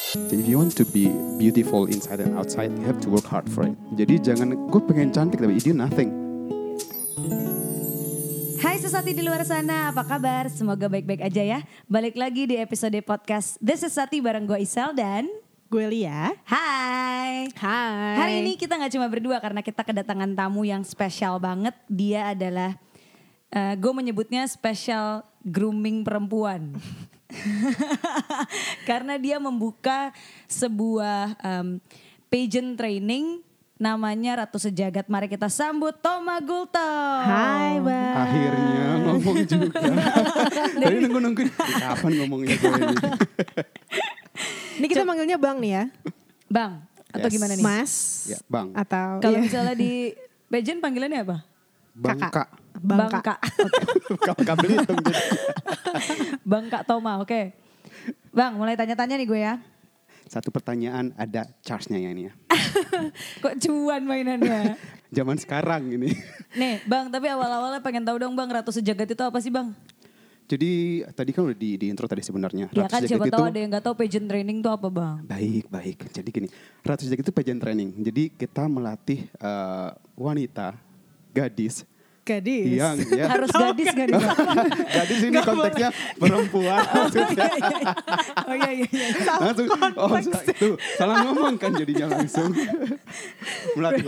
If you want to be beautiful inside and outside, you have to work hard for it. Jadi jangan gue pengen cantik tapi you do nothing. Hai Sesati di luar sana, apa kabar? Semoga baik-baik aja ya. Balik lagi di episode podcast This is Sati bareng gue Isel dan gue Lia. Hai. Hari ini kita gak cuma berdua karena kita kedatangan tamu yang spesial banget. Dia adalah, gue menyebutnya special grooming perempuan. Karena dia membuka sebuah pageant training namanya Ratu Sejagat. Mari kita sambut Toma Gultom. Hai Bang. Akhirnya ngomong juga. Tadi nunggu-nungguin kapan ngomongnya gue ini. Ini kita manggilnya Bang nih ya. Bang, atau Yes. gimana nih? Mas. Ya, Bang. Atau Kalau iya. misalnya di pageant panggilannya apa? Bangka. Bangka. Bangka Belitung. Bangka Toma, oke. Bang, mulai tanya-tanya nih gue ya. Satu pertanyaan ada charge-nya ya ini ya. Kok cuan mainannya? Zaman sekarang ini. Nih Bang, tapi awal-awalnya pengen tahu dong Bang, Ratu Sejagat itu apa sih Bang? Jadi tadi kan udah di intro tadi sebenarnya. Ya Ratu kan Sejagat siapa itu tahu ada yang gak tahu pageant training itu apa Bang? baik. Jadi gini, Ratu Sejagat itu pageant training. Jadi kita melatih wanita, gadis yang ya Harus gadis gak nih Bang? gadis ini konteksnya perempuan maksudnya. Oh iya. Langsung itu salah ngomong kan jadinya langsung melatih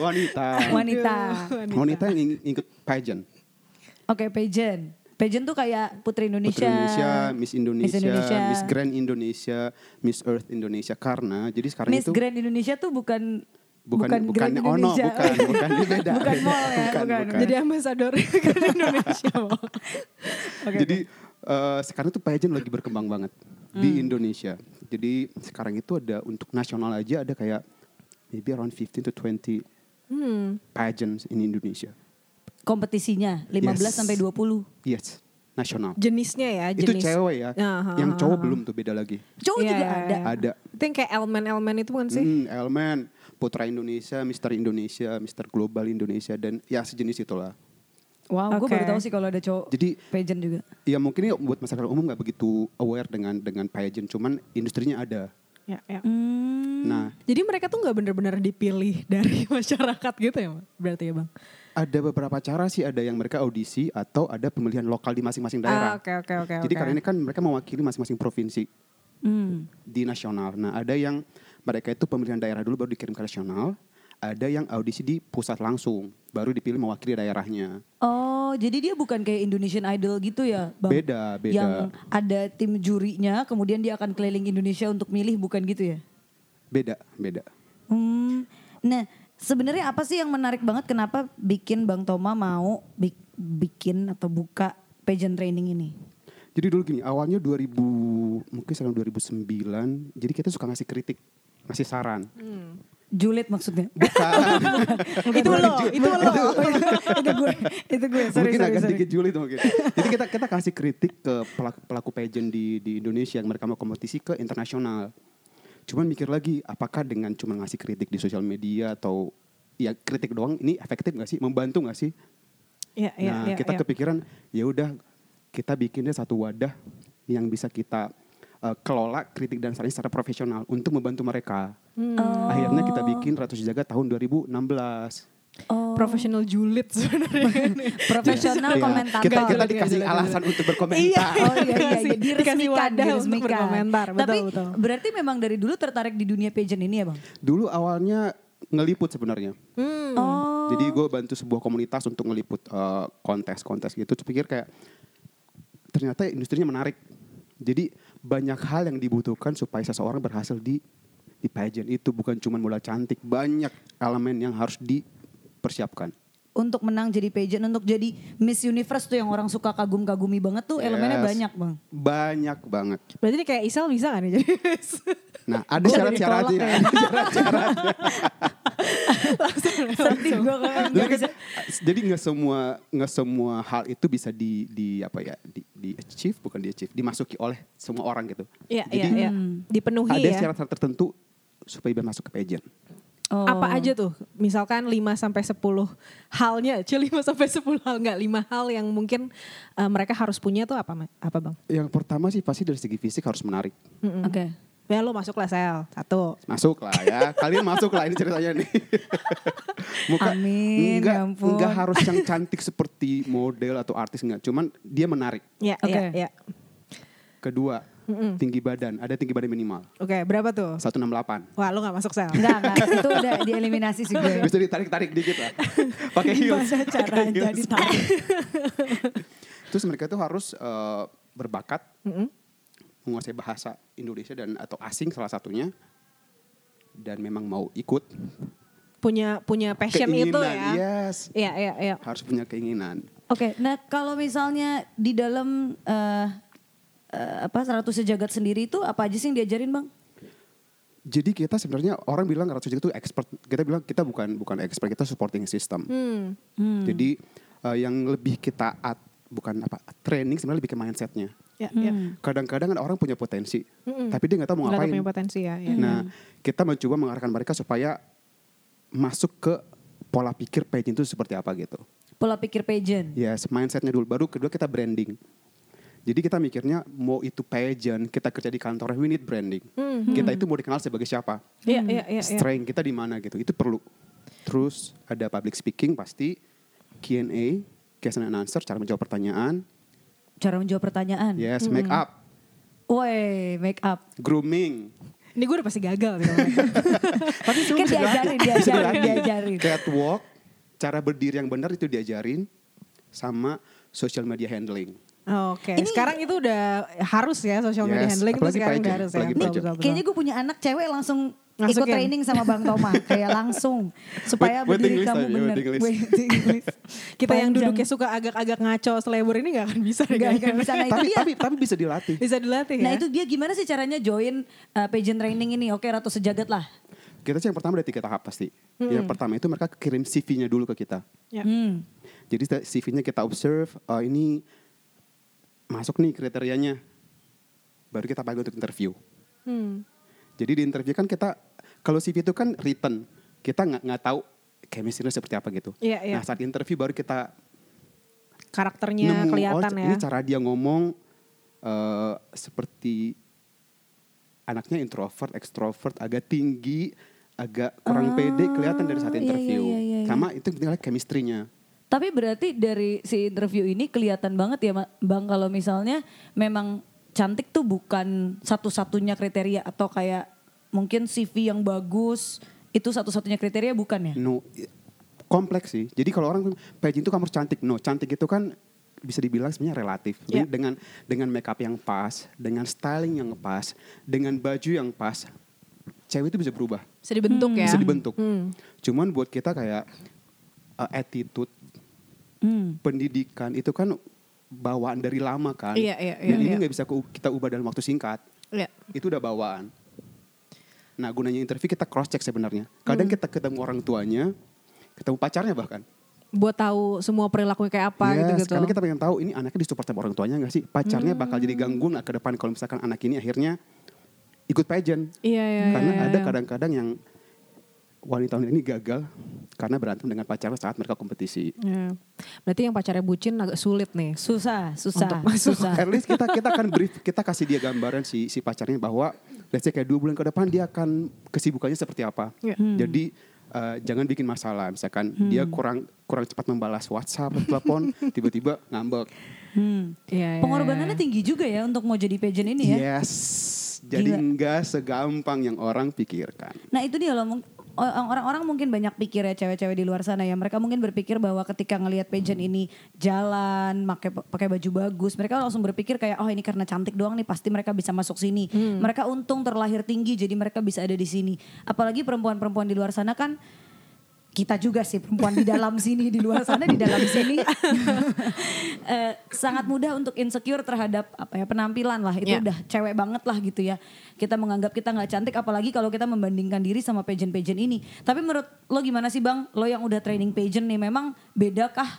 wanita yang ikut pageant. Oke, pageant. Pageant tuh kayak Putri Indonesia. Putri Indonesia, Miss Indonesia, Indonesia. Miss Grand Indonesia, Miss Earth Indonesia. Karena jadi sekarang Miss itu Grand Indonesia tuh bukan Grand bukan Indonesia. bukan ini beda. Bukan mall ya, bukan. Jadi ambasador ke Indonesia. Oke, Jadi sekarang tuh pageant lagi berkembang banget di Indonesia. Jadi sekarang itu ada untuk nasional aja ada kayak maybe around 15 to 20 pageants in Indonesia. kompetisinya 15 Yes. sampai 20. Yes, nasional. Jenisnya ya. Itu Jenis. cewek ya. Yang cowok belum tuh beda lagi. Cowok Iya, juga iya, ada. iya. Ada. Itu yang kayak elemen-elemen itu bukan sih? Elemen, Putra Indonesia, Mister Indonesia, Mister Global Indonesia dan ya sejenis itulah. Wow, gue Oke. baru tahu sih kalau ada cowok Jadi pageant juga. ya mungkin ini buat masyarakat umum nggak begitu aware dengan pageant, cuman industrinya ada. Ya. Nah, Jadi mereka tuh nggak benar-benar dipilih dari masyarakat gitu ya, berarti ya Bang? ada beberapa cara sih, ada yang mereka audisi atau ada pemilihan lokal di masing-masing daerah. Oke. Jadi karena ini kan mereka mewakili masing-masing provinsi di nasional. Nah, ada yang mereka itu pemilihan daerah dulu baru dikirim ke nasional, ada yang audisi di pusat langsung, baru dipilih mewakili daerahnya. Oh, jadi dia bukan kayak Indonesian Idol gitu ya, Bang? Beda. Yang ada tim jurinya, kemudian dia akan keliling Indonesia untuk milih, bukan gitu ya? Beda. Nah, sebenarnya apa sih yang menarik banget kenapa bikin Bang Toma mau bikin atau buka pageant training ini? Jadi dulu gini, awalnya mungkin sekarang 2009, jadi kita suka ngasih kritik, ngasih saran. Julid maksudnya? Itu lo. Itu gue. Sorry. Mungkin agak sedikit julid mungkin. Jadi kita kasih kritik ke pelaku pageant di Indonesia yang mereka mau kompetisi ke internasional. Cuman mikir lagi, apakah dengan cuma ngasih kritik di sosial media atau ya kritik doang ini efektif nggak sih, membantu nggak sih? Nah kita kepikiran ya udah kita bikinnya satu wadah yang bisa kita kelola kritik dan saran secara profesional untuk membantu mereka. Akhirnya kita bikin Ratu Sejagat tahun 2016. Profesional julid sebenarnya. Profesional Iya. komentator. Kita dikasih alasan untuk berkomentar. Oh iya, Dikasih wadah untuk berkomentar. Tapi Betul. berarti memang dari dulu tertarik di dunia pageant ini ya Bang? Dulu awalnya ngeliput sebenarnya. Oh. Jadi gue bantu sebuah komunitas untuk ngeliput kontes-kontes gitu. Terus pikir kayak ternyata industrinya menarik. Jadi banyak hal yang dibutuhkan supaya seseorang berhasil di pageant itu. Bukan cuma modal cantik, banyak elemen yang harus dipersiapkan. Untuk menang jadi pageant, untuk jadi Miss Universe tuh yang orang suka kagum-kagumi banget tuh elemennya Yes. banyak Bang. Banyak banget. Berarti ini kayak Isel bisa kan ya? Jadi Nah ada syarat-syaratnya. Sedih gue kan Jadi, jadi nggak semua hal itu bisa di achieve, bukan di achieve, dimasuki oleh semua orang gitu. Iya. Jadi Dipenuhi ada ya. syarat-syarat tertentu supaya bisa masuk ke pageant. Oh. Apa aja tuh? Misalkan 5 sampai 10 halnya, 5 sampai 10 hal, enggak 5 hal yang mungkin mereka harus punya tuh apa Bang? Yang pertama sih pasti dari segi fisik harus menarik. Oke. Ya lo masuk lah Sel, 1. Masuk lah ya. Kalian masuk lah, ini ceritanya nih. Amin, ya ampun. Enggak harus yang cantik seperti model atau artis, enggak. Cuman dia menarik. Ya, Oke. ya. Kedua, tinggi badan. Ada tinggi badan minimal. Oke, berapa tuh? 168. Wah, lo gak masuk Sel. Enggak. Itu udah dieliminasi sih gue. Bisa ditarik-tarik dikit lah. Pakai heels. Gimana cara Pakai heels. jadi tarik? Terus mereka tuh harus berbakat, menguasai bahasa Indonesia dan atau asing salah satunya, dan memang mau ikut. Punya passion itu Keinginan, ya. yes. Iya. Harus punya keinginan. Oke, nah kalau misalnya di dalam 100 sejagat sendiri itu apa aja sih yang diajarin Bang? Jadi kita sebenarnya orang bilang Ratu Jagat itu expert. Kita bilang kita bukan expert, kita supporting system. Jadi yang lebih kita training sebenarnya lebih ke mindsetnya. Ya. Kadang-kadang ada orang punya potensi, tapi dia nggak tahu mau Nggak ngapain. punya potensi ya. Nah, kita mencoba mengarahkan mereka supaya masuk ke pola pikir pageant itu seperti apa gitu. Pola pikir pageant. Yes, mindsetnya dulu. Baru kedua kita branding. Jadi kita mikirnya mau itu pageant, kita kerja di kantor, we need branding. Kita itu mau dikenal sebagai siapa? Iya. Strength kita di mana gitu. Itu perlu. Terus ada public speaking pasti, Q&A, question and answer, cara menjawab pertanyaan. Cara menjawab pertanyaan. Yes, make up, Woi, make up. grooming. Ini gue udah pasti gagal nih. Tapi semua Kan bisa dilatih. diajarin. Catwalk, cara berdiri yang benar itu diajarin, sama social media handling. Oke, sekarang itu udah harus ya social media Yes, handling itu apalagi sekarang udah pageant, harus ya. apalagi Betul, pageant. betul. Kayaknya gue punya anak cewek langsung ikut Masukin. training sama Bang Toma. Kayak langsung. Supaya Waiting berdiri list kamu tapi, benar. waiting list. Waiting list. Kita yang Panjang. duduknya suka agak-agak ngaco selebor ini gak akan bisa. Nggak akan bisa. Nah itu dia. Tapi bisa dilatih. Bisa dilatih ya. Nah itu dia gimana sih caranya join pageant training ini? Oke, Ratu Sejagat lah. Kita sih yang pertama ada 3 tahap pasti. Yang pertama itu mereka kirim CV-nya dulu ke kita. Ya. Jadi CV-nya kita observe, ini masuk nih kriterianya. Baru kita panggil untuk interview. Jadi di interview kan kita, kalau CV itu kan written, kita nggak tahu chemistry-nya seperti apa gitu. Iya. Nah saat interview baru kita Karakternya nemu, kelihatan ya. ini cara dia ngomong seperti anaknya introvert, extrovert, agak tinggi, agak kurang pede, kelihatan dari saat iya, interview. iya. Sama itu tinggal chemistry-nya. Tapi berarti dari si interview ini kelihatan banget ya Bang kalau misalnya memang cantik tuh bukan satu-satunya kriteria atau kayak mungkin CV yang bagus itu satu-satunya kriteria bukan ya? No, kompleks sih. Jadi kalau orang pageant itu kamu harus cantik. No, cantik itu kan bisa dibilang sebenarnya relatif. Yeah. Dengan make up yang pas, dengan styling yang pas, dengan baju yang pas, cewek itu bisa berubah, Bisa dibentuk ya. bisa dibentuk. Cuman buat kita kayak attitude, pendidikan itu kan bawaan dari lama kan. Iya, Dan ini iya. nggak bisa kita ubah dalam waktu singkat. Iya. Itu udah bawaan. Nah gunanya interview kita cross check sebenarnya. Kadang kita ketemu orang tuanya, ketemu pacarnya bahkan. Buat tahu semua perilakunya kayak apa Yes, gitu-gitu. karena kita pengen tahu ini anaknya disupport sama orang tuanya nggak sih? Pacarnya bakal jadi ganggu nggak ke depan kalau misalkan anak ini akhirnya ikut pageant. Iya. Karena ada kadang-kadang yang wanita ini gagal karena berantem dengan pacarnya saat mereka kompetisi. Iya. Berarti yang pacarnya bucin agak sulit nih. Susah. Untuk masuk. Susah. At least kita akan brief, kita kasih dia gambaran si pacarnya bahwa let's say kayak 2 bulan ke depan dia akan kesibukannya seperti apa. Iya. Jadi jangan bikin masalah. Misalkan dia kurang cepat membalas WhatsApp atau telepon, tiba-tiba ngambek. Iya. Pengorbanannya tinggi juga ya untuk mau jadi pageant ini ya. Yes. Jadi Gila. enggak segampang yang orang pikirkan. Nah itu dia loh, orang-orang mungkin banyak pikir ya cewek-cewek di luar sana ya. Mereka mungkin berpikir bahwa ketika ngelihat pageant ini jalan, pakai baju bagus, mereka langsung berpikir kayak oh ini karena cantik doang nih pasti mereka bisa masuk sini. Mereka untung terlahir tinggi jadi mereka bisa ada di sini. Apalagi perempuan-perempuan di luar sana kan kita juga sih perempuan di dalam sini, di luar sana, di dalam sini sangat mudah untuk insecure terhadap penampilan lah. Itu udah cewek banget lah gitu ya. Kita menganggap kita nggak cantik, apalagi kalau kita membandingkan diri sama pageant-pageant ini. Tapi menurut lo gimana sih Bang? Lo yang udah training pageant nih, memang bedakah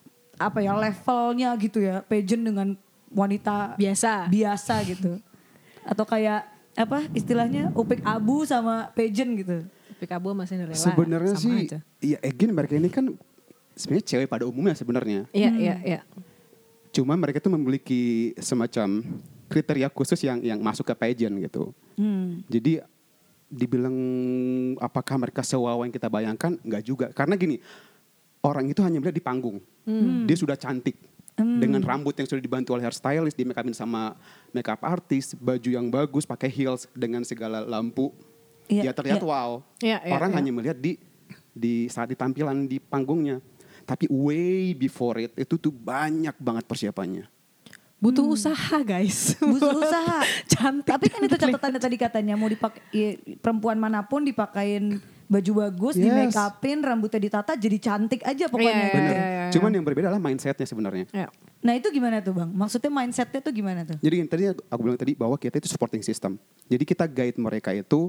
levelnya gitu ya pageant dengan wanita biasa gitu? Atau kayak istilahnya upik abu sama pageant gitu? Pikabu masih Cinderella. Sebenarnya sama sih, aja. ya again mereka ini kan sebenarnya cewek pada umumnya sebenarnya. Iya. Cuma mereka tuh memiliki semacam kriteria khusus yang masuk ke pageant gitu. Jadi dibilang apakah mereka sewawa yang kita bayangkan? Enggak juga. Karena gini, orang itu hanya melihat di panggung. Dia sudah cantik. Dengan rambut yang sudah dibantu oleh hairstylist, di make upin sama makeup artist, baju yang bagus, pakai heels dengan segala lampu. Iya, Ya terlihat iya. wow. Iya, iya, Orang iya. hanya melihat di saat di tampilan di panggungnya. Tapi way before itu tuh banyak banget persiapannya. Butuh usaha guys. Butuh usaha. Cantik. Tapi kan itu catatannya tadi katanya mau dipakai perempuan manapun dipakein baju bagus, di Yes. make upin, rambutnya ditata jadi cantik aja pokoknya. Iya, gitu. Benar. iya. Cuman yang berbeda adalah mindsetnya sebenarnya. Ya. Nah itu gimana tuh Bang? Maksudnya mindsetnya tuh gimana tuh? Jadi tadi aku bilang tadi bahwa kita itu supporting system. Jadi kita guide mereka itu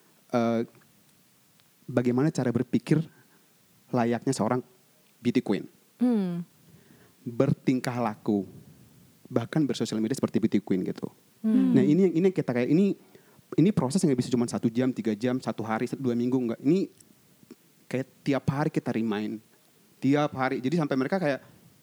bagaimana cara berpikir layaknya seorang beauty queen. Bertingkah laku, bahkan bersosial media seperti beauty queen gitu. Nah ini yang kita kayak ini proses yang nggak bisa cuma 1 jam, 3 jam, 1 hari, 2 minggu enggak. Ini kayak tiap hari kita remind, tiap hari. Jadi sampai mereka kayak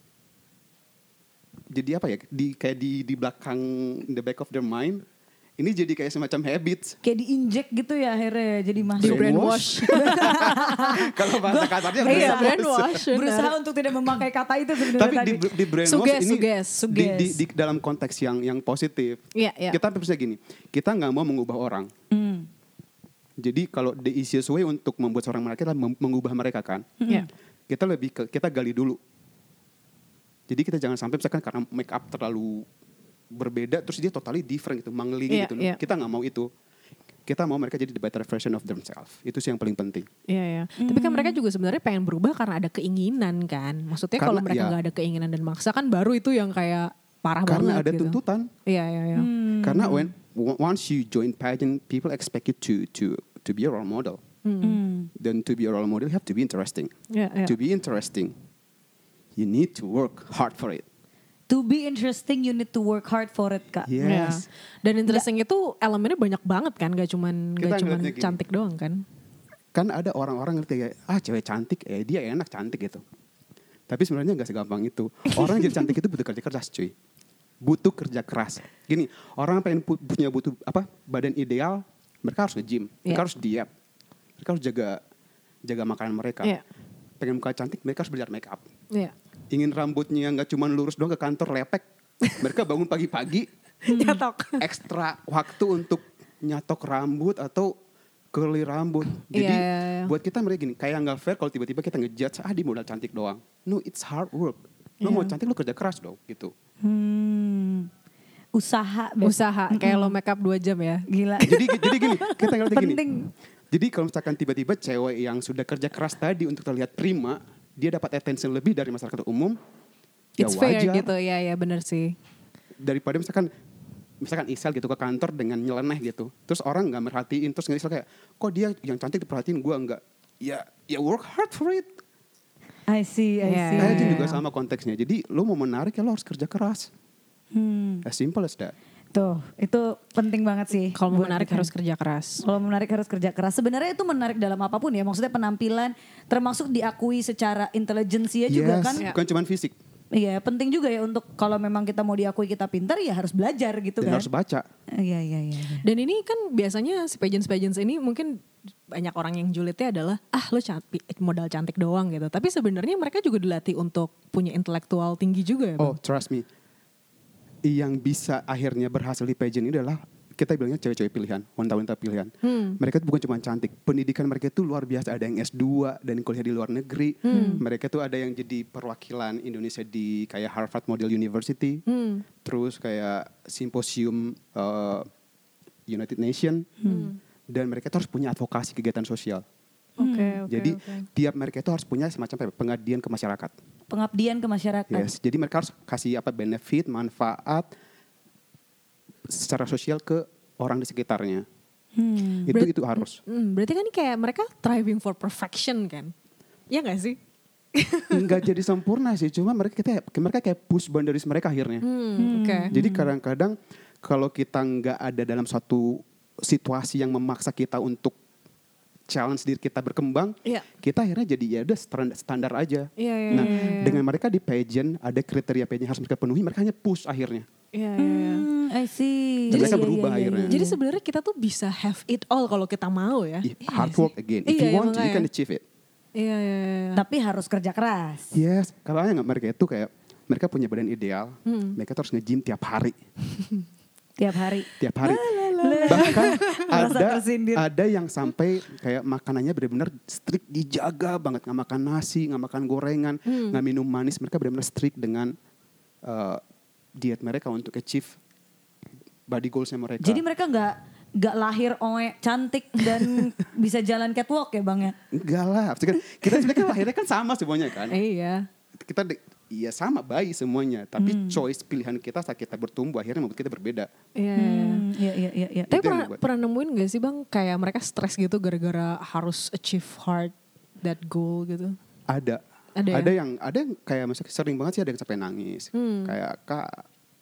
jadi apa ya? Di belakang, in the back of their mind. Ini jadi kayak semacam habits. Kayak diinjek gitu ya akhirnya jadi Di masuk. brainwash. Kalau bahasa kasarnya Iya, brainwash. brainwash. Berusaha untuk tidak memakai kata itu sebenarnya Tapi tadi. di brainwash ini Suges. di dalam konteks yang positif. Iya, iya. Kita bisa gini, kita nggak mau mengubah orang. Jadi kalau the easiest way untuk membuat seorang mereka adalah mengubah mereka kan. Iya. Kita lebih kita gali dulu. Jadi kita jangan sampai misalkan karena make up terlalu berbeda terus dia totally different gitu, mangling Iya, gitu. iya. Kita nggak mau itu. Kita mau mereka jadi the better version of themselves. Itu sih yang paling penting. Iya, iya. Tapi kan mereka juga sebenarnya pengen berubah karena ada keinginan kan. Maksudnya kalau Karena, mereka ya. nggak ada keinginan dan maksa kan baru itu yang kayak parah Karena banget ada gitu. tuntutan. Iya, iya, iya. Karena once you join pageant, people expect you to be a role model. Then to be a role model, you have to be interesting. Iya, iya. To be interesting, you need to work hard for it. To be interesting you need to work hard for it Kak. Yes. Iya. Dan interesting itu elemennya banyak banget kan, gak cuman Kita cuman ngeliatnya gini. cantik doang kan. Kan ada orang-orang ngerti kayak cewek cantik, dia enak cantik gitu. Tapi sebenarnya nggak segampang itu. Orang jadi cantik itu butuh kerja keras, cuy. Butuh kerja keras. Gini, orang pengen punya badan ideal, mereka harus nge-gym, mereka Iya. harus diet, mereka harus jaga makanan mereka. Iya. Pengen muka cantik, mereka harus belajar make up. Iya. Ingin rambutnya nggak cuma lurus doang ke kantor lepek, mereka bangun pagi-pagi Nyatok. ekstra waktu untuk nyatok rambut atau curly rambut. Jadi Iya, iya, iya. buat kita mereka gini, kayak nggak fair kalau tiba-tiba kita ngejudge dia modal cantik doang. No, it's hard work. Lo mau cantik lo kerja keras dong gitu. Usaha. Beb. Usaha kayak lo make up 2 jam ya. Gila. Jadi gini, kita ngerti gini. Penting. Jadi kalau misalkan tiba-tiba cewek yang sudah kerja keras tadi untuk terlihat prima, dia dapat attention lebih dari masyarakat umum, It's ya fair wajar. gitu, ya bener sih. Daripada misalkan Isal gitu ke kantor dengan nyeleneh gitu, terus orang nggak merhatiin, terus nggak Isal kayak, kok dia yang cantik diperhatiin, gua nggak. Ya work hard for it. I see. Iya. Pageant juga sama konteksnya. Jadi lo mau menarik ya lo harus kerja keras. As simple as that. Tuh, itu penting banget sih. Kalau mau buat menarik kita. harus kerja keras. Kalau menarik harus kerja keras. Sebenarnya itu menarik dalam apapun ya. Maksudnya penampilan termasuk diakui secara intelijensia juga kan. Bukan cuma fisik. Iya, penting juga ya untuk kalau memang kita mau diakui kita pintar ya harus belajar gitu Dan kan. harus baca. Iya. Dan ini kan biasanya si pageants ini mungkin banyak orang yang julidnya adalah lo modal cantik doang gitu. Tapi sebenarnya mereka juga dilatih untuk punya intelektual tinggi juga ya. Oh, Bang? trust me. Yang bisa akhirnya berhasil di pageant ini adalah kita bilangnya cewek-cewek pilihan, wanita-wanita pilihan. Mereka itu bukan cuma cantik, pendidikan mereka itu luar biasa. Ada yang S2 dan kuliah di luar negeri. Mereka tuh ada yang jadi perwakilan Indonesia di kayak Harvard Model University. Terus kayak simposium United Nation. Dan mereka tuh harus punya advokasi kegiatan sosial. Oke. Jadi tiap mereka itu harus punya semacam pengabdian ke masyarakat. Pengabdian ke masyarakat. Yes, jadi mereka harus kasih benefit, manfaat secara sosial ke orang di sekitarnya. Itu harus. Berarti kan ini kayak mereka striving for perfection kan? Iya gak sih? Enggak jadi sempurna sih, cuma mereka kayak push boundaries mereka akhirnya. Oke. Jadi kadang-kadang kalau kita nggak ada dalam suatu situasi yang memaksa kita untuk challenge diri kita berkembang, Iya. kita akhirnya jadi ya udah standar aja. Iya, iya, Nah, iya. dengan mereka di pageant ada kriteria pageant yang harus mereka penuhi, mereka hanya push akhirnya. Iya, iya, iya. I see. Dan mereka Iya, berubah iya, iya, akhirnya. iya. Jadi sebenarnya kita tuh bisa have it all kalau kita mau ya. If Iya hard nggak work sih? again. If Iya, you want to, you makanya. can achieve it. Iya, iya, iya. Tapi harus kerja keras. Yes, kalau nggak mereka itu kayak mereka punya badan ideal, mereka tuh harus nge-gym tiap hari. Tiap hari. Tiap hari. Bahkan Merasa tersindir. ada yang sampai kayak makanannya benar-benar strict dijaga banget, nggak makan nasi, nggak makan gorengan, nggak minum manis. Mereka benar-benar strict dengan diet mereka untuk achieve body goalsnya mereka. Jadi mereka nggak lahir cantik dan bisa jalan catwalk ya bang ya? Enggak lah, maksudnya kan kita sebenarnya kan lahirnya kan sama semuanya kan. Iya. Kita iya sama bayi semuanya, tapi choice pilihan kita saat kita bertumbuh akhirnya membuat kita berbeda. Iya. Iya iya iya. Iya. Tapi Itu yang pernah nemuin gak sih bang kayak mereka stres gitu gara-gara harus achieve hard that goal gitu? Ada Ada ya? ada yang kayak misalnya sering banget sih ada yang sampai nangis. Kayak Kak,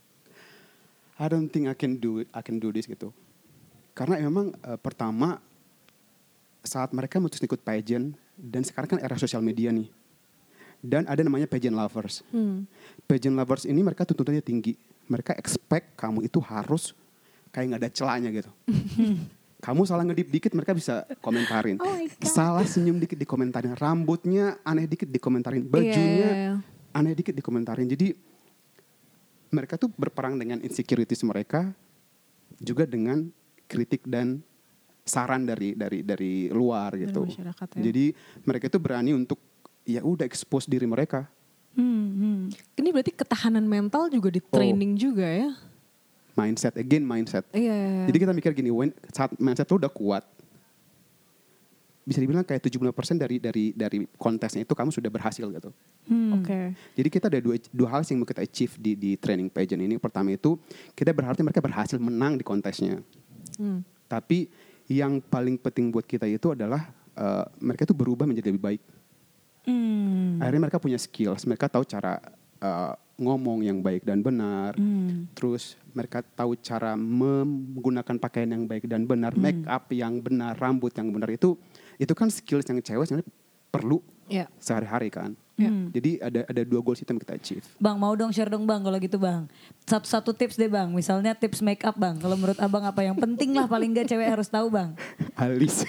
I don't think I can do this gitu. Karena memang pertama saat mereka memutuskan ikut pageant dan sekarang kan era sosial media nih. Dan ada namanya pageant lovers. Pageant lovers ini mereka tuntutannya tinggi. Mereka expect kamu itu harus kayak nggak ada celahnya gitu. Kamu salah ngedip dikit mereka bisa komentarin. Oh my God. Salah senyum dikit dikomentarin. Rambutnya aneh dikit dikomentarin. Bajunya aneh dikit dikomentarin. Jadi mereka tuh berperang dengan insecurities mereka juga dengan kritik dan saran dari luar gitu. masyarakat ya. Jadi mereka itu berani untuk ya udah expose diri mereka. Ini berarti ketahanan mental juga di training juga ya? Mindset. Iya. Jadi kita mikir gini, saat mindset lo udah kuat, bisa dibilang kayak 70% dari kontesnya itu kamu sudah berhasil gitu. Oke. Jadi kita ada dua hal yang mau kita achieve di training pageant ini. Pertama itu kita berharap mereka berhasil menang di kontesnya. Tapi yang paling penting buat kita itu adalah mereka itu berubah menjadi lebih baik. Akhirnya mereka punya skills, mereka tahu cara ngomong yang baik dan benar. Terus mereka tahu cara menggunakan pakaian yang baik dan benar, make up yang benar, rambut yang benar. Itu kan skills yang cewek sebenarnya perlu sehari-hari kan. Jadi ada dua goals itu yang kita achieve. Bang mau dong share dong bang kalau gitu bang. Satu tips deh bang. Misalnya tips make up bang. Kalau menurut abang apa yang penting lah paling gak cewek harus tahu bang. Alis.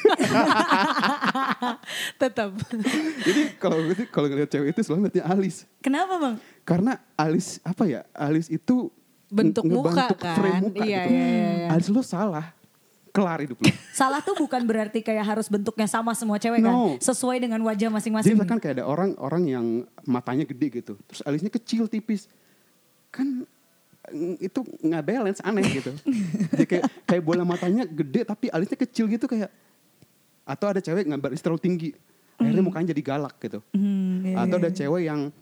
Tetap. Jadi kalau ngeliat cewek itu selalu ngeliatnya alis. Kenapa bang? Karena alis apa ya? Alis itu Bentuk muka ngebentuk kan. frame muka Iya, gitu. iya, iya. Alis lu salah, kelar hidup lu. Salah tuh bukan berarti kayak harus bentuknya sama semua cewek kan. No. Sesuai dengan wajah Jadi masing-masing. misalkan kayak ada orang yang matanya gede gitu, terus alisnya kecil tipis, kan itu nggak balance, aneh gitu. Jadi kayak bola matanya gede tapi alisnya kecil gitu kayak, atau ada cewek nggak alis terlalu tinggi, akhirnya mukanya jadi galak gitu. Atau ada cewek yang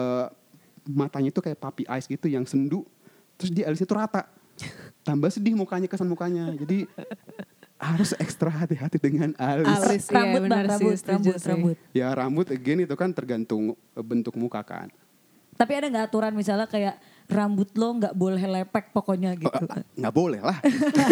matanya itu kayak puppy eyes gitu yang sendu, terus dia alisnya tuh rata, tambah sedih mukanya, kesan mukanya. Jadi harus ekstra hati-hati dengan alis. Alis, iya, Rambut bang, benar sih, rambut, setuju rambut, sih. rambut. Ya rambut again itu kan tergantung bentuk muka kan. Tapi ada nggak aturan misalnya kayak rambut lo nggak boleh lepek pokoknya gitu. Nggak boleh lah.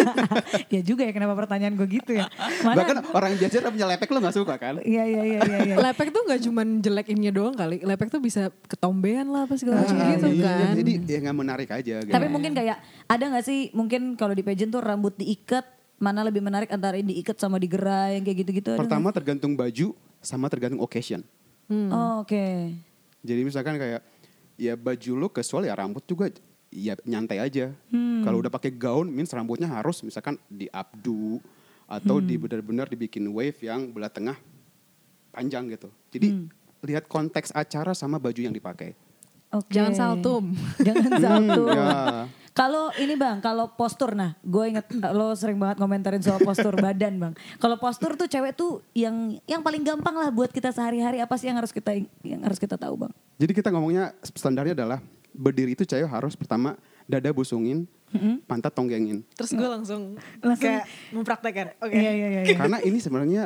Ya juga ya kenapa pertanyaan gue gitu ya. Mana? Bahkan orang biasa punya lepek lo nggak suka kan? Iya iya iya iya. iya. Lepek tuh gak cuman jelekinnya doang kali. Lepek tuh bisa ketombean lah apa segala macam gitu iya, kan. Jadi ya nggak menarik aja. Gitu. Tapi mungkin kayak ada nggak sih mungkin kalau di pageant tuh rambut diikat mana lebih menarik antara diikat sama digerai yang kayak gitu-gitu. ada Pertama tergantung baju sama tergantung occasion. nggak? Oh, oke. Jadi misalkan kayak ya baju lo casual ya rambut juga ya nyantai aja. Kalau udah pakai gaun means rambutnya harus misalkan di updo atau di benar-benar dibikin wave yang belah tengah panjang gitu. Jadi lihat konteks acara sama baju yang dipakai. Oke. Jangan saltum. Jangan saltum. Ya. Kalau ini bang, kalau postur nah, gue inget lo sering banget komentarin soal postur badan bang. Kalau postur tuh cewek tuh yang paling gampang lah buat kita sehari-hari apa sih yang harus kita tahu bang? Jadi kita ngomongnya standarnya adalah berdiri itu cewek harus pertama dada busungin, pantat tonggengin. Terus gue langsung Langsung- kayak mempraktekkan. Oke. Iya iya iya. Karena ini sebenarnya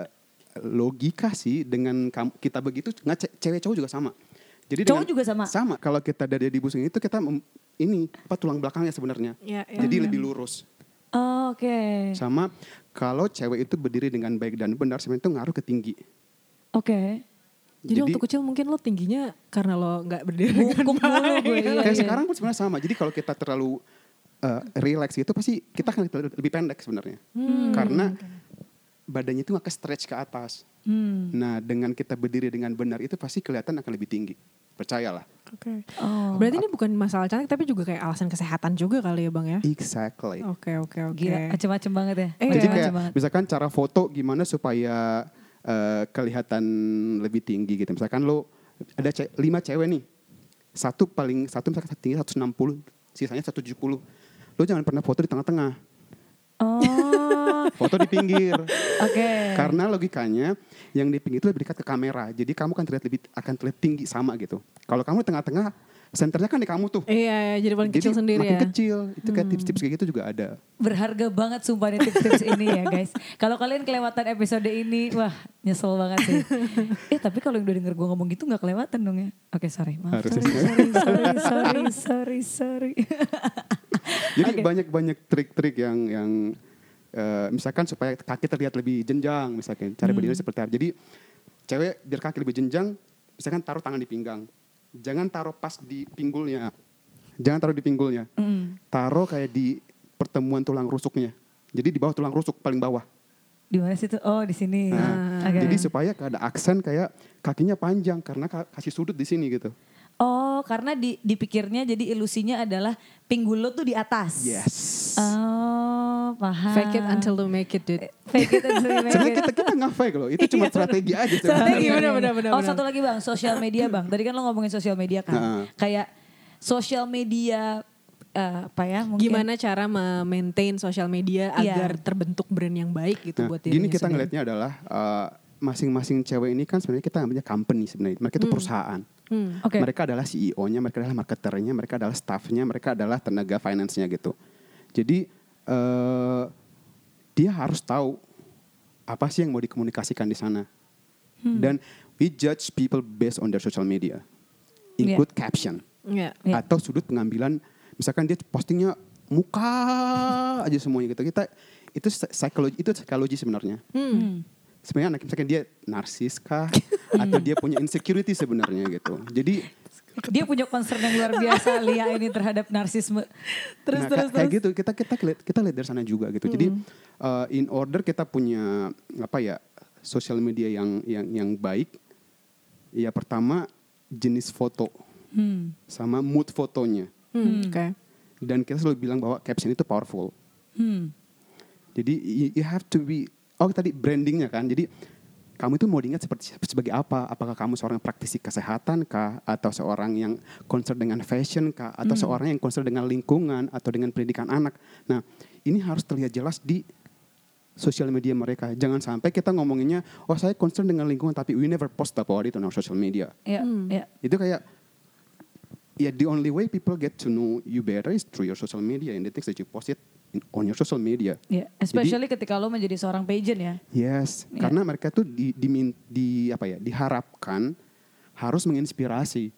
logika sih dengan kita begitu, nggak cewek cowok juga sama. Jadi Cowok juga sama? Sama. Kalau kita dada dibusungin itu kita ini tulang belakangnya sebenarnya. Iya, iya. Jadi lebih lurus. Oh, oke. Sama kalau cewek itu berdiri dengan baik dan benar, sebenarnya itu ngaruh ke tinggi. Oke. Jadi waktu kecil mungkin lo tingginya karena lo nggak berdiri dengan Bungkuk mulu gue. baik. Iya, kayak iya. sekarang pun sebenarnya sama. Jadi kalau kita terlalu relax gitu, pasti kita akan lebih pendek sebenarnya. Karena badannya itu nggak ke-stretch ke atas. Nah, dengan kita berdiri dengan benar itu pasti kelihatan akan lebih tinggi. Percayalah. Oke. Oh. Berarti ini bukan masalah cantik tapi juga kayak alasan kesehatan juga kali ya Bang ya? Exactly. Oke. Gila, macem-macem banget ya. Iya. Jadi Macem-macem kayak banget. misalkan cara foto gimana supaya kelihatan lebih tinggi gitu. Misalkan lo ada 5 cewek nih. Satu misalkan tinggi 160, sisanya 170. Lo jangan pernah foto di tengah-tengah. Oh, Foto di pinggir. oke. Karena logikanya yang di pinggir itu lebih dekat ke kamera. Jadi kamu akan terlihat tinggi sama gitu. Kalau kamu di tengah-tengah, senternya kan di kamu tuh. Iya, jadi paling Jadi kecil sendiri makin ya. kecil. Itu kayak tips-tips kayak gitu juga ada. Berharga banget sumpah nih tips-tips ini ya guys. Kalau kalian kelewatan episode ini, wah nyesel banget sih. Tapi kalau yang udah denger gue ngomong gitu gak kelewatan dong ya. Oke sorry, maaf. Harusnya. Sorry. Jadi Oke. banyak trik-trik yang misalkan supaya kaki terlihat lebih jenjang, misalkan cara berdiri seperti apa. Jadi cewek biar kaki lebih jenjang, misalkan taruh tangan di pinggang. Jangan taruh pas di pinggulnya. Jangan taruh di pinggulnya. Taruh kayak di pertemuan tulang rusuknya. Jadi di bawah tulang rusuk paling bawah. Di mana sih tuh? Oh di sini. Nah, Oke. jadi supaya ada aksen kayak kakinya panjang karena kasih sudut di sini gitu. Oh karena dipikirnya jadi ilusinya adalah pinggul lo tuh di atas. Yes. Oh paham. Fake it until you make it, dude. Fake it until you make Sebenarnya it. kita nggak fake loh. Itu cuma strategi aja. Strategi, sebenarnya. benar. Oh satu lagi bang, sosial media bang. Tadi kan lo ngomongin sosial media kan. Heeh. Kayak sosial media apa ya mungkin. Gimana cara maintain sosial media Iya. agar terbentuk brand yang baik gitu Nah, buat dirinya gini kita sendiri. ngelihatnya adalah masing-masing cewek ini kan sebenarnya kita namanya company sebenarnya. Mereka itu perusahaan. Oke. Mereka adalah CEO-nya, mereka adalah marketernya, mereka adalah staffnya, mereka adalah tenaga finance-nya gitu. Jadi dia harus tahu apa sih yang mau dikomunikasikan di sana. Dan we judge people based on their social media, include caption Iya. Iya. atau sudut pengambilan. Misalkan dia postingnya muka aja semuanya gitu. Itu psikologi sebenarnya. Sebenarnya misalkan dia narsis kah atau dia punya insecurity sebenarnya gitu. Jadi Dia punya concern yang luar biasa Lia ini terhadap narsisme. Terus. kayak gitu kita lihat dari sana juga gitu. Jadi in order kita punya apa ya sosial media yang baik, ya pertama jenis foto sama mood fotonya. Oke. Dan kita selalu bilang bahwa caption itu powerful. Jadi you have to be tadi brandingnya kan. Jadi kamu itu mau diingat sebagai apa? Apakah kamu seorang praktisi kesehatan kah? Atau seorang yang concern dengan fashion kah? Atau seorang yang concern dengan lingkungan atau dengan pendidikan anak? Nah, ini harus terlihat jelas di sosial media mereka. Jangan sampai kita ngomonginnya, saya concern dengan lingkungan tapi we never post about it on our social media. Iya. Itu kayak the only way people get to know you better is through your social media and the things that you post it on your social media. Iya. Especially ketika lo menjadi seorang pageant ya. Yes, Iya. karena mereka tuh diharapkan harus menginspirasi.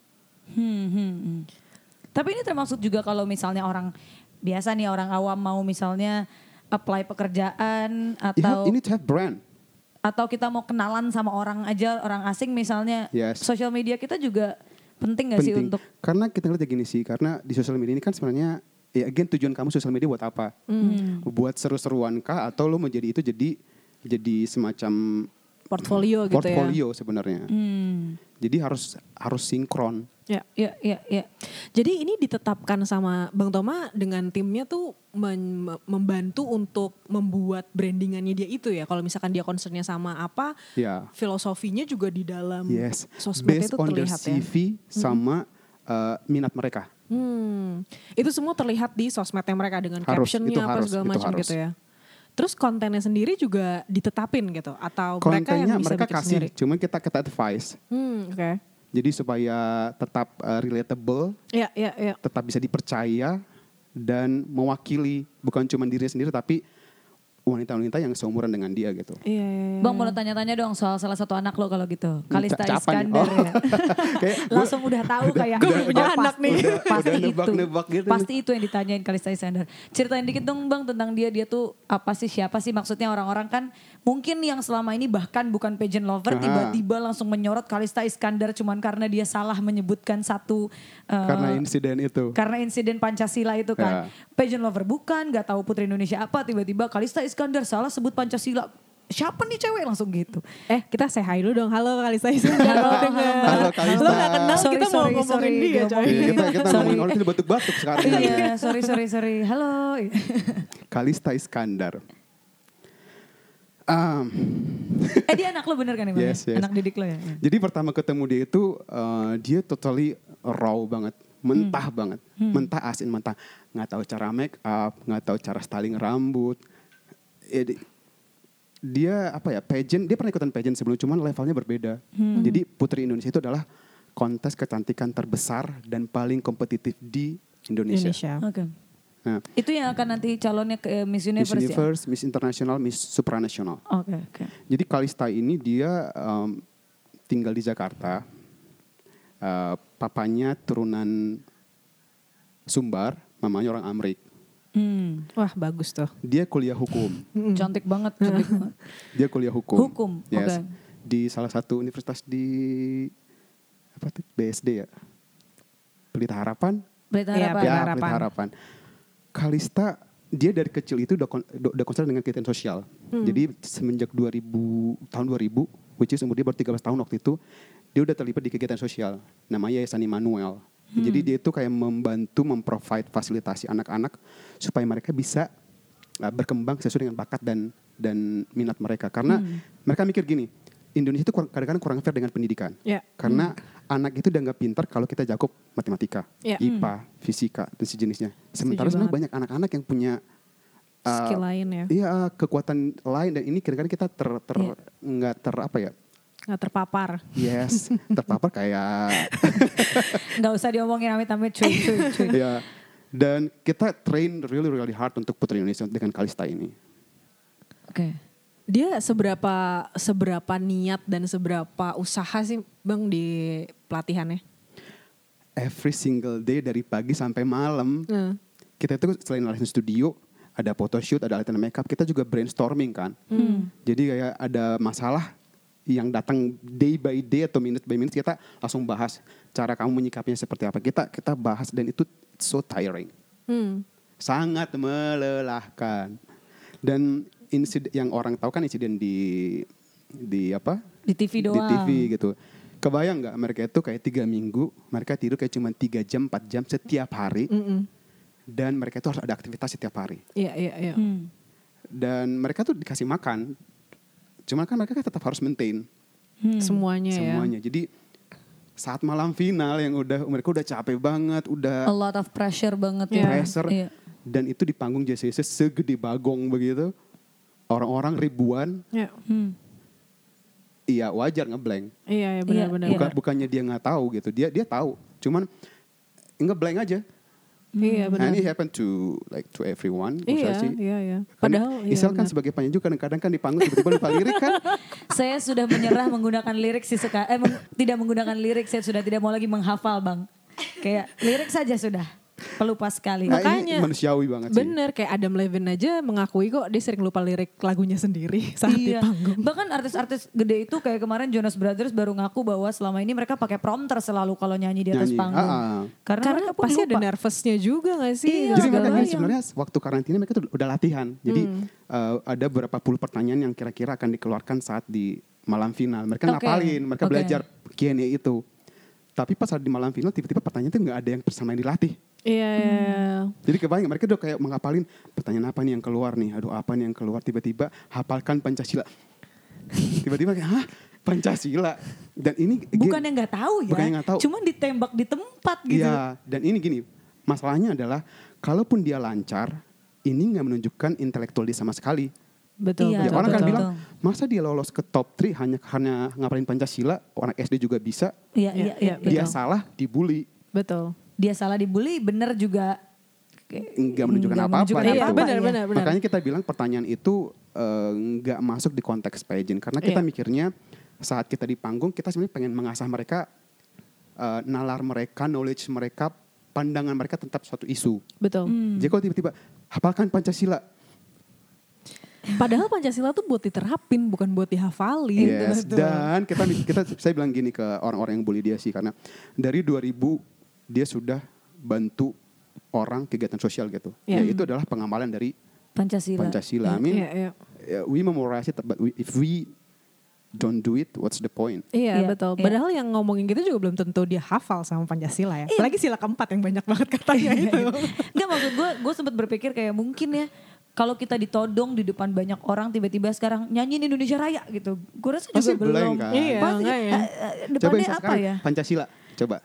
Tapi ini termasuk juga kalau misalnya orang biasa nih orang awam mau misalnya apply pekerjaan atau You need to have brand. atau kita mau kenalan sama orang aja orang asing misalnya. Yes. Sosial media kita juga penting gak sih untuk Karena kita ngeliatnya gini sih, karena di sosial media ini kan sebenarnya again tujuan kamu sosial media buat apa? Buat seru-seruan kah atau lo menjadi itu jadi semacam Portfolio gitu ya. portfolio sebenarnya. Jadi harus sinkron. ya. Jadi ini ditetapkan sama Bang Toma dengan timnya tuh membantu untuk membuat brandingannya dia itu ya. Kalau misalkan dia concernnya sama apa, Ya. filosofinya juga di dalam Yes. sosmed Based itu on their terlihat ya. CV sama minat mereka. Itu semua terlihat di sosmednya mereka dengan Harus, captionnya itu apa harus, segala itu macam harus. gitu ya. Terus kontennya sendiri juga ditetapin gitu atau mereka yang Kontennya bisa mereka bikin kasih, sendiri. cuman kita advice. Oke. Jadi supaya tetap relatable, Iya. tetap bisa dipercaya dan mewakili bukan cuma diri sendiri tapi wanita-wanita yang seumuran dengan dia gitu. Iya. Bang, boleh tanya-tanya dong soal salah satu anak lo kalau gitu. Kalista Siapa nih? Iskandar ya. Kayak Langsung udah tahu kayak Gue punya anak nih. Pasti udah itu. nebak-nebak gitu. Pasti itu yang ditanyain Kalista Iskandar. Ceritain dikit dong Bang tentang dia. Dia tuh apa sih, siapa sih? Maksudnya orang-orang kan mungkin yang selama ini bahkan bukan pageant lover Aha. tiba-tiba langsung menyorot Kalista Iskandar cuman karena dia salah menyebutkan satu Karena insiden itu. karena insiden Pancasila itu kan. Pageant lover bukan, gak tahu Putri Indonesia apa, tiba-tiba Kalista Iskandar salah sebut Pancasila. Siapa nih cewek langsung gitu. Kita say hi dulu dong. Halo Kalista Iskandar kalau denger. Halo, Kalista. Lo gak kenal, Sorry, kita mau sorry, ngomongin sorry, dia coy. Iya, kita ngomongin orang itu batuk-batuk sekarang. Iya, sorry. Halo. Kalista Iskandar. Dia anak lo bener kan ya Bang? Yes, yes. Anak didik lo ya? Jadi pertama ketemu dia itu dia totally raw banget, mentah banget, mentah asin, mentah nggak tahu cara make up, nggak tahu cara styling rambut. Dia apa ya, pageant, dia pernah ikutan pageant sebelum, cuman levelnya berbeda. Jadi Putri Indonesia itu adalah kontes kecantikan terbesar dan paling kompetitif di Indonesia. Oke. Nah, Itu yang akan nanti calonnya ke Miss Miss Universe, Universe, Miss International, Miss Supranational. ya? Oke. Jadi Kalista ini dia tinggal di Jakarta. Papanya turunan Sumbar, mamanya orang Amrik. Wah bagus tuh. Dia kuliah hukum. Cantik banget, cantik banget. Dia kuliah hukum. Hukum, Yes. oke. Di salah satu universitas di apa tuh? BSD ya. Pelita Harapan. Berita Iya, harapan. Pelita Ya, Harapan. Pelita Harapan. Kalista dia dari kecil itu udah concern dengan kegiatan sosial. Jadi semenjak tahun 2000, which is umur dia baru 13 tahun waktu itu, dia udah terlibat di kegiatan sosial. Namanya Yayasan Immanuel. Jadi dia itu kayak membantu memprovide fasilitasi anak-anak supaya mereka bisa berkembang sesuai dengan bakat dan minat mereka. Karena mereka mikir gini, Indonesia itu kadang-kadang kurang fair dengan pendidikan. Ya. Karena anak itu dianggap pintar kalau kita jago matematika, Ya. IPA, fisika, dan sejenisnya. Sementara Setuju sebenarnya banyak anak-anak yang punya Skill lain ya. iya, kekuatan lain, dan ini kadang-kadang kita Gak terpapar. yes, terpapar kayak Nggak usah diomongin amit-amit cuy. ya. Dan kita train really hard untuk Putri Indonesia dengan Kalista ini. Oke. Dia seberapa niat dan seberapa usaha sih Bang di pelatihannya? Every single day dari pagi sampai malam. Kita itu selain latihan studio, ada photoshoot, ada latihan makeup, kita juga brainstorming kan. Jadi kayak ada masalah yang datang day by day atau minute by minute, kita langsung bahas cara kamu menyikapinya seperti apa. Kita bahas, dan itu so tiring. Sangat melelahkan. Dan insiden yang orang tahu kan insiden di apa? Di TV doang. Di TV gitu. Kebayang nggak mereka itu kayak 3 minggu, mereka tidur kayak cuma 3 jam, 4 jam setiap hari. Dan mereka itu harus ada aktivitas setiap hari. Iya. Dan mereka tuh dikasih makan. Cuma kan mereka tetap harus maintain Semuanya. Jadi saat malam final yang mereka udah capek banget, A lot of pressure banget ya. pressure. Iya. Dan itu di panggung JCC segede bagong begitu. Orang-orang ribuan. Ya. Iya, wajar ngeblank. Iya benar-benar. Bukannya dia nggak tahu gitu. Dia tahu. Cuman ngeblank aja. Iya benar. And it happened to everyone. Iya. Kan Padahal Isel kan sebagai penyanyi juga kadang-kadang kan di panggung tiba-tiba lupa lirik kan. Saya sudah menyerah menggunakan lirik sih tidak menggunakan lirik, saya sudah tidak mau lagi menghafal Bang. Kayak lirik saja sudah. Pelupa sekali. Nah, Makanya, ini manusiawi banget sih. bener kayak Adam Levine aja mengakui kok dia sering lupa lirik lagunya sendiri saat di panggung. Bahkan artis-artis gede itu kayak kemarin Jonas Brothers baru ngaku bahwa selama ini mereka pakai prompter selalu kalau nyanyi di atas panggung. Karena mereka pun pasti lupa. ada nervousnya juga gak sih? Iya, Jadi Segala makanya macam. sebenarnya waktu karantina mereka tuh udah latihan. Jadi ada beberapa puluh pertanyaan yang kira-kira akan dikeluarkan saat di malam final. Mereka ngapalin, mereka belajar Q&A itu. Tapi pas saat di malam final tiba-tiba pertanyaan itu nggak ada yang sama yang dilatih. Iya. Jadi kebayang mereka udah kayak menghafalin pertanyaan apa nih yang keluar nih. Aduh apa nih yang keluar, tiba-tiba hafalkan Pancasila. Tiba-tiba kayak hah Pancasila. Dan ini bukan yang nggak tahu ya. Bukan yang nggak tahu. Cuma ditembak di tempat gitu. Iya, dan ini gini. Masalahnya adalah kalaupun dia lancar, ini nggak menunjukkan intelektual dia sama sekali. Betul. Iya, Ya, orang kan betul. bilang, masa dia lolos ke top 3 hanya ngapalin Pancasila, orang SD juga bisa. Iya. Dia salah, dibully. Betul. Dia salah dibully, bener juga nggak menunjukkan apa-apa. menunjukkan Iya, apa-apa, benar. Makanya kita bilang pertanyaan itu nggak masuk di konteks pageant karena kita mikirnya saat kita di panggung kita sebenarnya pengen mengasah mereka, nalar mereka, knowledge mereka, pandangan mereka tentang suatu isu. Betul. Jadi kalau tiba-tiba hafalkan Pancasila, Padahal Pancasila tuh buat diterapin, bukan buat dihafalin. yes. Dan saya bilang gini ke orang-orang yang bully dia sih karena dari 2000 dia sudah bantu orang kegiatan sosial gitu. Yeah. Ya itu adalah pengamalan dari Pancasila. I mean, Iya. we memorize it, but if we don't do it, what's the point? Iya, Iya, betul. iya. Padahal yang ngomongin gitu juga belum tentu dia hafal sama Pancasila ya. Apalagi sila keempat yang banyak banget katanya itu. Enggak, maksud gue sempat berpikir kayak mungkin ya kalau kita ditodong di depan banyak orang tiba-tiba sekarang nyanyiin Indonesia Raya gitu. Gue rasa juga Pasti belum. blank kan? Iya, Pasti, enggak ya. Coba depannya yang apa sekarang ya? Pancasila, coba.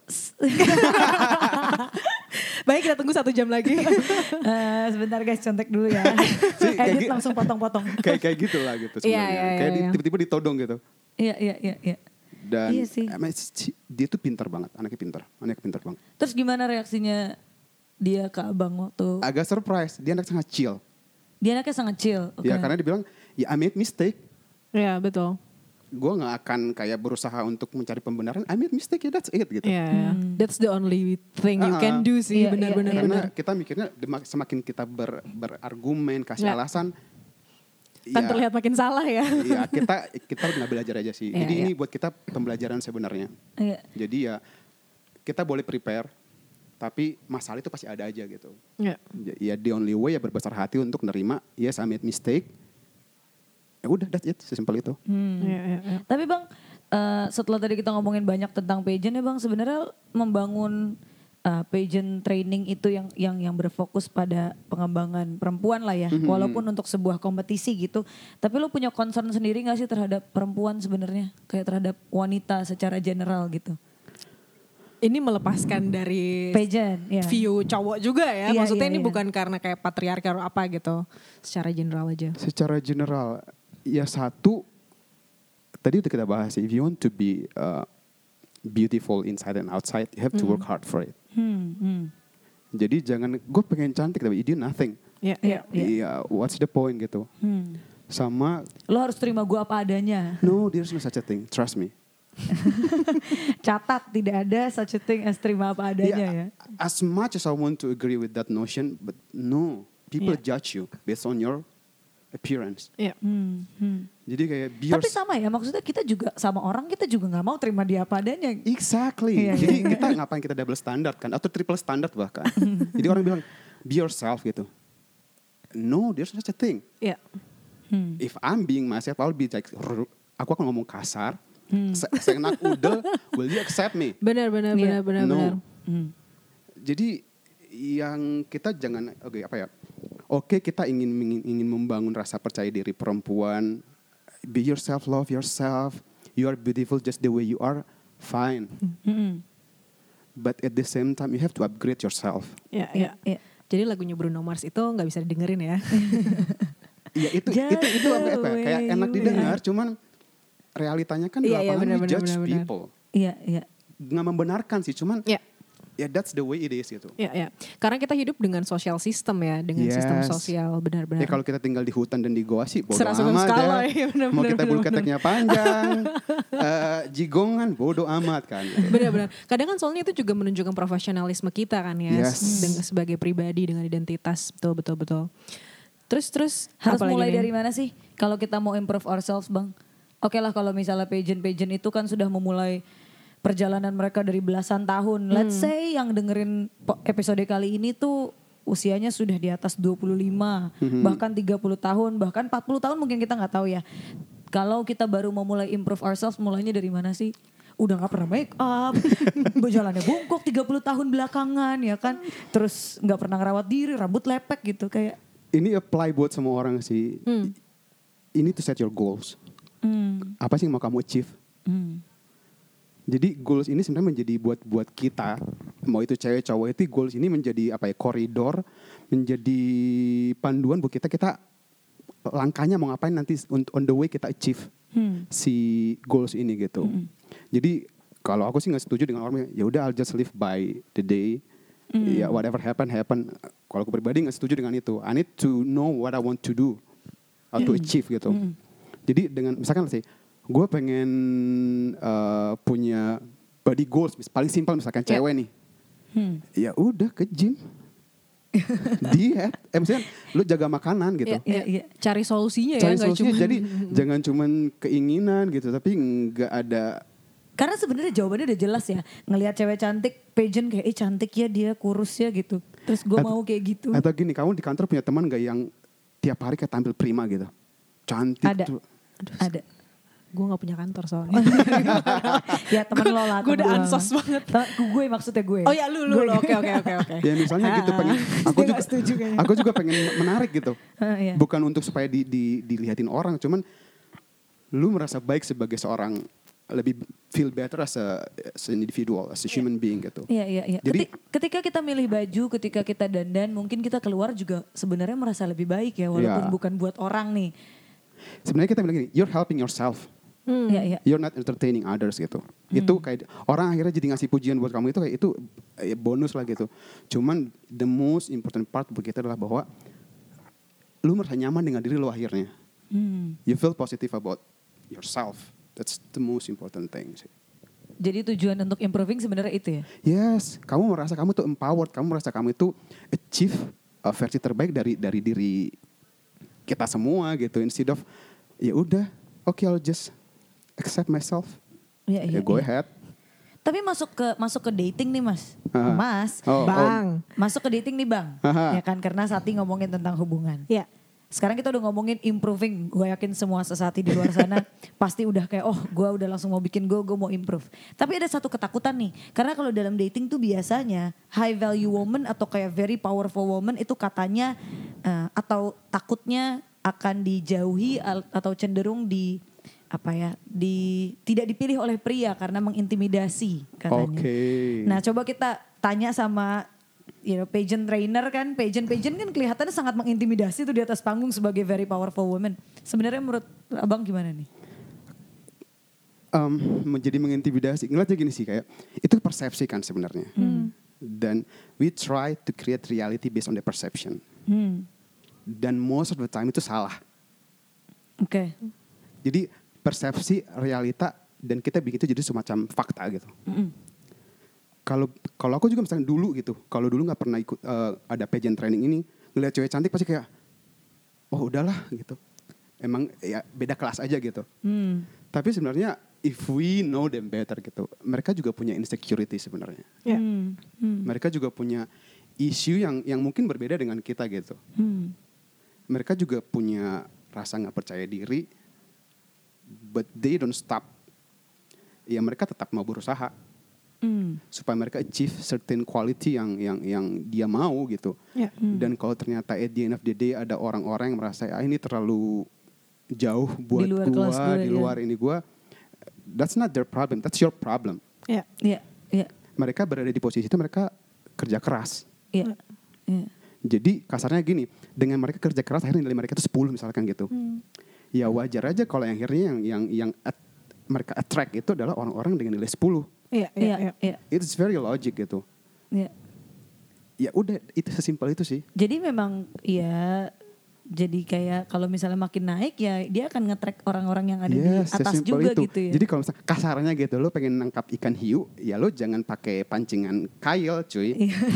Baik, kita tunggu 1 jam lagi. Sebentar guys, contek dulu ya. Sih, kayak Edit langsung potong-potong. kayak gitu lah gitu sebenarnya. Iya, Kayak iya. tiba-tiba ditodong gitu. Iya. Dan Iya sih. dia tuh pintar banget, anaknya pintar banget. Terus gimana reaksinya dia ke abang waktu? Agak surprise, dia anak sangat chill. Dia anaknya sangat chill. oke. Ya karena dia bilang, ya I made mistake. Iya, betul. Gue nggak akan kayak berusaha untuk mencari pembenaran. I made mistake, ya that's it gitu. Iya, that's the only thing you can do sih, Iya, benar-benar. Karena kita mikirnya semakin kita berargumen, kasih Ya. alasan, Kan terlihat makin salah ya. Iya, kita udah belajar aja sih. Iya, Jadi iya. ini buat kita pembelajaran sebenarnya. Iya. Jadi ya kita boleh prepare, tapi masalah itu pasti ada aja gitu. Iya. Ya the only way ya berbesar hati untuk nerima, yes I made mistake. Ya udah, that's it, sesimpel itu. Iya. Tapi bang, setelah tadi kita ngomongin banyak tentang pageant ya bang, sebenarnya membangun pageant training itu yang berfokus pada pengembangan perempuan lah ya, walaupun untuk sebuah kompetisi gitu. Tapi lo punya concern sendiri nggak sih terhadap perempuan sebenarnya, kayak terhadap wanita secara general gitu? Ini melepaskan dari Pageant, ya. view cowok juga ya. Iya, Maksudnya iya, ini iya. bukan karena kayak patriarki atau apa gitu. Secara general aja. Secara general, ya satu, tadi udah kita bahas, if you want to be beautiful inside and outside, you have to work hard for it. Jadi jangan, gue pengen cantik tapi you do nothing. Iya. Iya, what's the point gitu. Sama, Lo harus terima gue apa adanya. no, there's no such a thing, trust me. Catat, tidak ada such a thing as terima apa adanya ya. As much as I want to agree with that notion, but no, people judge you based on your appearance. Iya. Jadi kayak be Tapi sama ya, maksudnya kita juga sama orang, kita juga nggak mau terima dia apa adanya. Exactly. Iya, Jadi kita ngapain kita double standard kan, atau triple standard bahkan. Jadi orang bilang be yourself gitu. No, there's such a thing. Iya. If I'm being myself, I'll be like, aku akan ngomong kasar. Seenak udel, will you accept me? Benar. No. Jadi yang kita jangan, Oke, kita ingin membangun rasa percaya diri perempuan. Be yourself, love yourself. You are beautiful just the way you are, fine. But at the same time you have to upgrade yourself. Iya. Jadi lagunya Bruno Mars itu nggak bisa didengerin ya. Iya itu apa ya? Kayak enak didengar, cuman realitanya kan di Iya, lapangan we judge benar. people. Iya. Nggak membenarkan sih, cuman Iya. ya that's the way it is gitu. Iya. Karena kita hidup dengan social system ya, dengan Yes. sistem sosial benar-benar. Ya kalau kita tinggal di hutan dan di goa sih bodo Serasa amat skala, ya. ya, benar, Mau kita benar, bulu benar. keteknya panjang, jigongan bodo amat kan. Gitu. Benar-benar. Kadang kan soalnya itu juga menunjukkan profesionalisme kita kan ya, Yes. dengan sebagai pribadi dengan identitas betul. Terus Harus apa lagi mulai nih? dari mana sih kalau kita mau improve ourselves bang? Oke lah kalau misalnya pageant itu kan sudah memulai perjalanan mereka dari belasan tahun. Let's say yang dengerin episode kali ini tuh usianya sudah di atas 25, bahkan 30 tahun, bahkan 40 tahun mungkin kita nggak tahu ya. Kalau kita baru mau mulai improve ourselves, mulainya dari mana sih? Udah gak pernah make up, berjalannya bungkuk 30 tahun belakangan ya kan. Terus gak pernah ngerawat diri, rambut lepek gitu kayak. Ini apply buat semua orang sih. Ini to set your goals. Apa sih yang mau kamu achieve? Jadi goals ini sebenarnya menjadi buat kita, mau itu cewek cowok itu goals ini menjadi koridor, menjadi panduan buat kita langkahnya mau ngapain nanti on the way kita achieve si goals ini gitu. Jadi kalau aku sih nggak setuju dengan orang ya udah I'll just live by the day Ya whatever happen. Kalau aku pribadi nggak setuju dengan itu. I need to know what I want to do, to achieve gitu. Jadi dengan misalkan sih, gue pengen punya body goals, paling simpel misalkan cewek nih. Ya udah ke gym. Diet, misalnya lu jaga makanan gitu. Cari solusinya Cari ya, solusinya, jadi jangan cuman keinginan gitu, tapi nggak ada. Karena sebenarnya jawabannya udah jelas ya. Ngelihat cewek cantik, pageant kayak cantik ya dia, kurus ya gitu. Terus gue mau kayak gitu. Atau gini, kamu di kantor punya teman gak yang tiap hari kayak tampil prima gitu? Cantik Ada. tuh. Ada. Gue gak punya kantor soalnya. Ya temen lo lah. Gue udah ansos banget. Gue maksudnya gue. Oh ya lu. Oke. Ya misalnya gitu pengen. Aku juga pengen menarik gitu. Iya. Bukan untuk supaya dilihatin orang, cuman lu merasa baik sebagai seorang, lebih feel better as an individual, as a human being gitu. Iya. Jadi ketika kita milih baju, ketika kita dandan, mungkin kita keluar juga sebenarnya merasa lebih baik ya, walaupun bukan buat orang nih. Sebenarnya kita bilang gini, you're helping yourself. Iya. You're not entertaining others gitu. Itu kayak orang akhirnya jadi ngasih pujian buat kamu, itu kayak itu bonus lah gitu. Cuman the most important part buat kita adalah bahwa lu merasa nyaman dengan diri lu akhirnya. You feel positive about yourself. That's the most important thing sih. Jadi tujuan untuk improving sebenarnya itu ya? Yes, kamu merasa kamu tuh empowered, kamu merasa kamu itu achieve versi terbaik dari diri kita semua gitu. Instead of ya udah, okay, I'll just accept myself. Iya. Go ahead. Tapi masuk ke dating nih Mas. Mas, Bang. masuk ke dating nih Bang. Ya kan, karena Sati ngomongin tentang hubungan. Iya. Sekarang kita udah ngomongin improving. Gue yakin semua sesati di luar sana pasti udah kayak, oh gue udah langsung mau bikin gue mau improve. Tapi ada satu ketakutan nih. Karena kalau dalam dating tuh biasanya high value woman atau kayak very powerful woman itu katanya atau takutnya akan dijauhi atau cenderung tidak dipilih oleh pria karena mengintimidasi katanya. Okay. Nah coba kita tanya sama pageant trainer kan, pageant kan kelihatannya sangat mengintimidasi tuh di atas panggung sebagai very powerful woman. Sebenarnya menurut abang gimana nih? Menjadi mengintimidasi, ngeliatnya gini sih, kayak itu persepsi kan sebenarnya. Dan we try to create reality based on the perception. Dan most of the time itu salah. Oke. Jadi persepsi, realita, dan kita bikin itu jadi semacam fakta gitu. Kalau aku juga misalnya dulu gitu, kalau dulu nggak pernah ikut ada pageant training ini, ngeliat cewek cantik pasti kayak, oh udahlah gitu. Emang ya beda kelas aja gitu. Tapi sebenarnya if we know them better gitu, mereka juga punya insecurity sebenarnya. Mereka juga punya isu yang mungkin berbeda dengan kita gitu. Mereka juga punya rasa nggak percaya diri, but they don't stop. Ya mereka tetap mau berusaha. Supaya mereka achieve certain quality yang dia mau gitu. Dan kalau ternyata at the end of the day ada orang-orang yang merasa ini terlalu jauh buat gua, di luar ini gua, that's not their problem, that's your problem. Iya. Mereka berada di posisi itu, mereka kerja keras. Iya. Jadi kasarnya gini, dengan mereka kerja keras akhirnya nilai mereka itu 10 misalkan gitu. Ya wajar aja kalau yang akhirnya yang mereka attract itu adalah orang-orang dengan nilai 10. Iya. It's very logic gitu. Iya. Ya udah, itu sesimpel itu sih. Jadi memang ya, jadi kayak kalau misalnya makin naik ya dia akan nge-track orang-orang yang ada di atas juga itu. Gitu ya. Jadi kalau misalnya kasarnya gitu, lo pengen nangkap ikan hiu, ya lo jangan pakai pancingan kail cuy.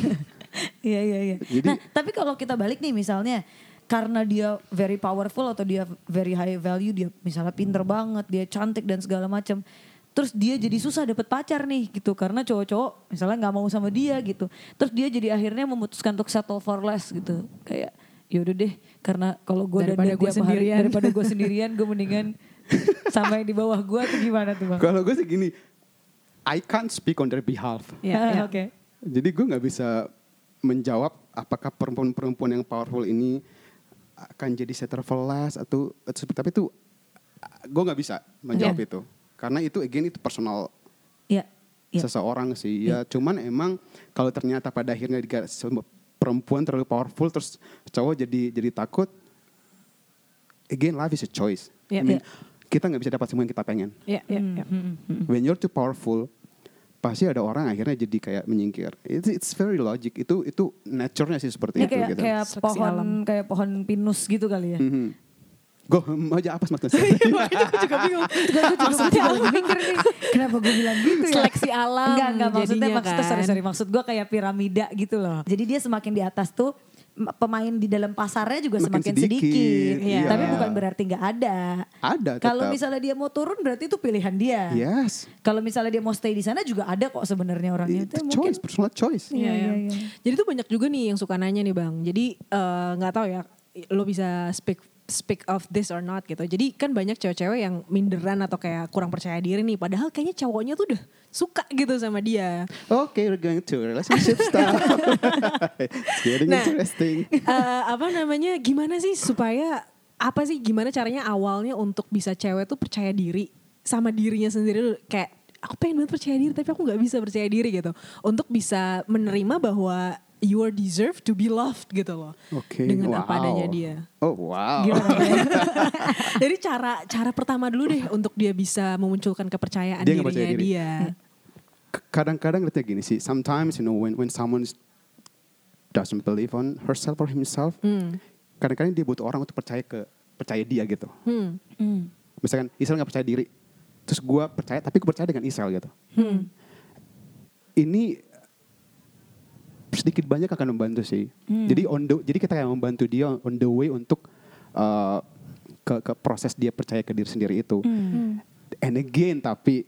Iya. Nah tapi kalau kita balik nih misalnya, karena dia very powerful atau dia very high value, dia misalnya pinter banget, dia cantik dan segala macam. Terus dia jadi susah dapet pacar nih gitu, karena cowok-cowok misalnya nggak mau sama dia gitu. Terus dia jadi akhirnya memutuskan untuk settle for less gitu. Kayak yaudah deh, karena kalau gue daripada gue sendirian, gue mendingan sama yang di bawah gue. Tuh gimana tuh Bang? Kalau gue sih gini, I can't speak on their behalf. Oke. Jadi gue nggak bisa menjawab apakah perempuan-perempuan yang powerful ini akan jadi setter for less atau tapi itu gue nggak bisa menjawab itu. Karena itu again itu personal seseorang sih. Ya cuman emang kalau ternyata pada akhirnya perempuan terlalu powerful terus cowok jadi takut. Again life is a choice. Kita nggak bisa dapat semua yang kita pengen. Iya. When you're too powerful, pasti ada orang akhirnya jadi kayak menyingkir. It's very logic. Itu nature-nya sih seperti Ya, itu kayak gitu. kayak Seleksi alam. pohon pinus gitu kali ya. Gue aja apa maksudnya? Makanya aku juga bingung. Maksudnya lagi mikir nih, kenapa gue bilang gitu ya? Seleksi alam. Enggak maksudnya jadinya kan. sorry. Maksud gue kayak piramida gitu loh. Jadi dia semakin di atas tuh pemain di dalam pasarnya juga Makin semakin sedikit, sedikit. iya. Tapi bukan berarti nggak ada. Ada Kalau tetap. misalnya dia mau turun berarti itu pilihan dia. Yes. Kalau misalnya dia mau stay di sana juga ada kok sebenarnya orangnya. It's Itu choice, personal choice. Iya, Iya. Jadi tuh banyak juga nih yang suka nanya nih Bang. Jadi nggak tahu ya, lo bisa speak of this or not gitu. Jadi kan banyak cewek-cewek yang minderan atau kayak kurang percaya diri nih. Padahal kayaknya cowoknya tuh udah suka gitu sama dia. Okay, we're going to relationship stuff. It's getting Nah. interesting. Apa namanya? Gimana sih supaya gimana caranya awalnya untuk bisa cewek tuh percaya diri sama dirinya sendiri dulu. Kayak aku pengen banget percaya diri tapi aku nggak bisa percaya diri gitu. Untuk bisa menerima bahwa you are deserve to be loved gitu loh. Oke, Dengan wow. apa adanya dia. Oh wow. Jadi cara pertama dulu deh untuk dia bisa memunculkan kepercayaan Dia nggak percaya dirinya diri. dia. Kadang-kadang lihatnya gini sih. Sometimes when someone doesn't believe on herself or himself, kadang-kadang dia butuh orang untuk percaya dia gitu. Misalkan Isel nggak percaya diri, terus gue percaya, tapi gue percaya dengan Isel gitu. Ini sedikit banyak akan membantu sih. Jadi kita kayak membantu dia on the way untuk ke proses dia percaya ke diri sendiri itu. And again, tapi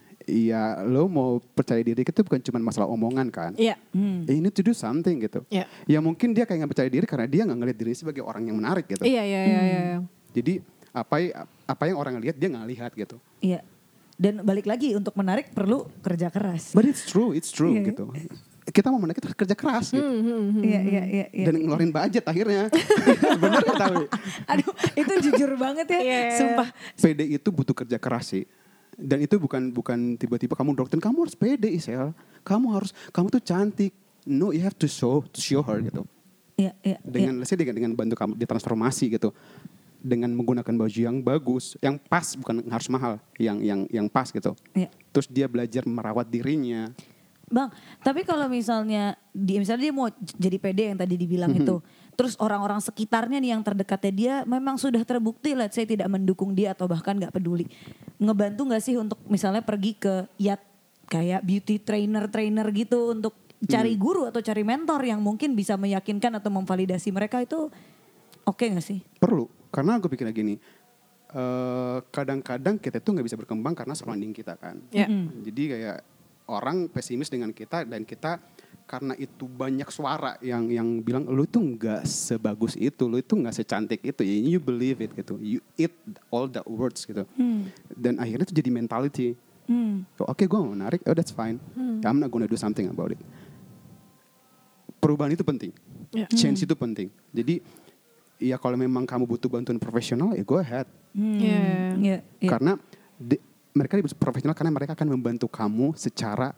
ya lo mau percaya diri itu bukan cuma masalah omongan kan. Iya. You need to do something gitu. Iya. Ya mungkin dia kayak nggak percaya diri karena dia nggak ngelihat diri sebagai orang yang menarik gitu. Iya. Jadi apa yang orang lihat dia nggak lihat gitu. Iya. Dan balik lagi untuk menarik perlu kerja keras. But it's true Iya. gitu. Kita mau menarik kita harus kerja keras gitu. Iya. Dan ngeluarin budget akhirnya. Bener gak tahu? Aduh, itu jujur banget ya. Iya. Sumpah. PD itu butuh kerja keras sih. Dan itu bukan tiba-tiba kamu doktrin, kamu harus pede Isel. Kamu tuh cantik. No, you have to show her gitu. Iya. Let's say dengan bantu kamu ditransformasi gitu. Dengan menggunakan baju yang bagus, yang pas, bukan harus mahal, yang pas gitu. Iya. Terus dia belajar merawat dirinya. Bang, tapi kalau misalnya dia mau jadi PD yang tadi dibilang itu, terus orang-orang sekitarnya nih yang terdekatnya dia memang sudah terbukti, let's say tidak mendukung dia atau bahkan nggak peduli, ngebantu nggak sih untuk misalnya pergi ke kayak beauty trainer gitu untuk cari guru atau cari mentor yang mungkin bisa meyakinkan atau memvalidasi mereka itu oke nggak sih? Perlu, karena aku pikirnya gini, kadang-kadang kita tuh nggak bisa berkembang karena surrounding kita kan. Iya. Jadi kayak orang pesimis dengan kita dan kita karena itu banyak suara yang bilang lu tuh nggak sebagus itu, lu itu nggak secantik itu, you believe it gitu, you eat all the words gitu, dan akhirnya itu jadi mentality. Oke, gue menarik, oh that's fine, I'm not gonna do something about it. Perubahan itu penting, change itu penting. Jadi ya kalau memang kamu butuh bantuan profesional, ya go ahead. Iya. Karena mereka lebih profesional karena mereka akan membantu kamu secara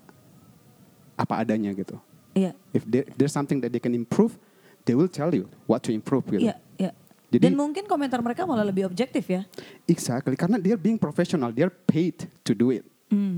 apa adanya gitu. Iya. If there's something that they can improve, they will tell you what to improve gitu. Iya. Jadi, Dan mungkin komentar mereka malah lebih objektif ya. Exactly, karena they're being professional, they're paid to do it.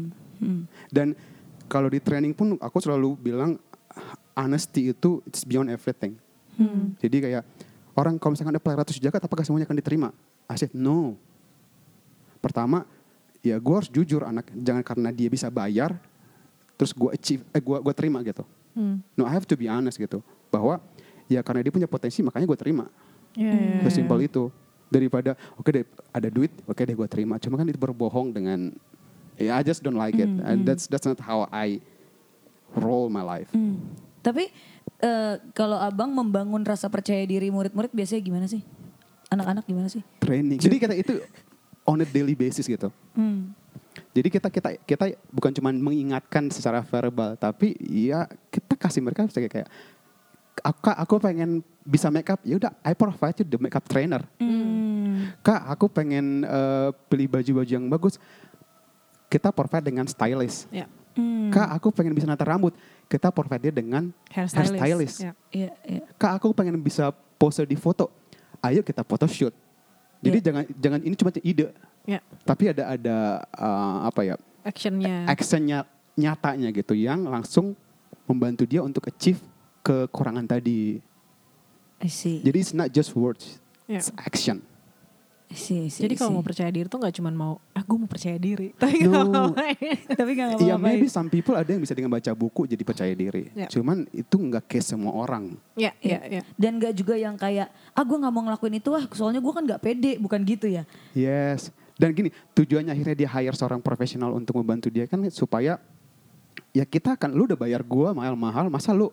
Dan kalau di training pun aku selalu bilang honesty itu it's beyond everything. Jadi kayak orang kalau misalkan ada pelai ratu sejagat, apakah semuanya akan diterima? I said no. Pertama, ya gue harus jujur jangan karena dia bisa bayar terus gue terima gitu. No, I have to be honest gitu, bahwa ya karena dia punya potensi makanya gue terima. Sesimpel itu. Daripada oke deh ada duit, oke deh gue terima, cuma kan itu berbohong dengan I just don't like it. And that's not how I roll my life. Tapi kalau abang membangun rasa percaya diri murid-murid biasanya gimana sih? Anak-anak gimana sih? Training. Jadi kita itu on a daily basis gitu. Jadi kita bukan cuma mengingatkan secara verbal, tapi ya kita kasih mereka kayak aku pengen bisa make up, ya udah I provide you the makeup trainer. Kak, aku pengen beli baju-baju yang bagus, kita provide dengan stylist. Yeah. Kak, aku pengen bisa nata rambut, kita provide dia dengan hairstylist. Iya. Kak, aku pengen bisa pose di foto, ayo kita photoshoot. Jadi jangan ini cuma ide. Yeah. Tapi ada actionnya nyatanya gitu yang langsung membantu dia untuk achieve kekurangan tadi. I see. Jadi it's not just words, Ya. it's action. I see. Jadi kalau mau percaya diri tuh gak cuma mau, gue mau percaya diri. Tapi No. tapi nggak Iya, ngapa-ngapain. maybe some people ada yang bisa dengan baca buku jadi percaya diri. Ya. Cuman itu nggak case semua orang. Ya, ya, ya. Dan gak juga yang kayak, gue gak mau ngelakuin itu soalnya gue kan gak pede, bukan gitu ya. Yes. Dan gini, tujuannya akhirnya dia hire seorang profesional untuk membantu dia kan supaya ya kita kan, lu udah bayar gua mahal-mahal, masa lu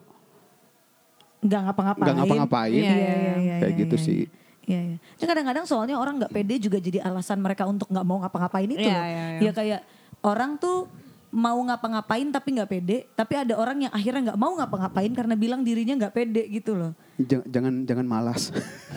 Gak ngapa-ngapain. nggak ngapa-ngapain? Iya, Kayak gitu sih. Iya, iya. Dan kadang-kadang soalnya orang gak pede juga jadi alasan mereka untuk gak mau ngapa-ngapain itu. Iya, loh. iya, iya. Ya kayak orang tuh mau ngapa-ngapain tapi gak pede. Tapi ada orang yang akhirnya gak mau ngapa-ngapain karena bilang dirinya gak pede gitu loh. Jangan malas.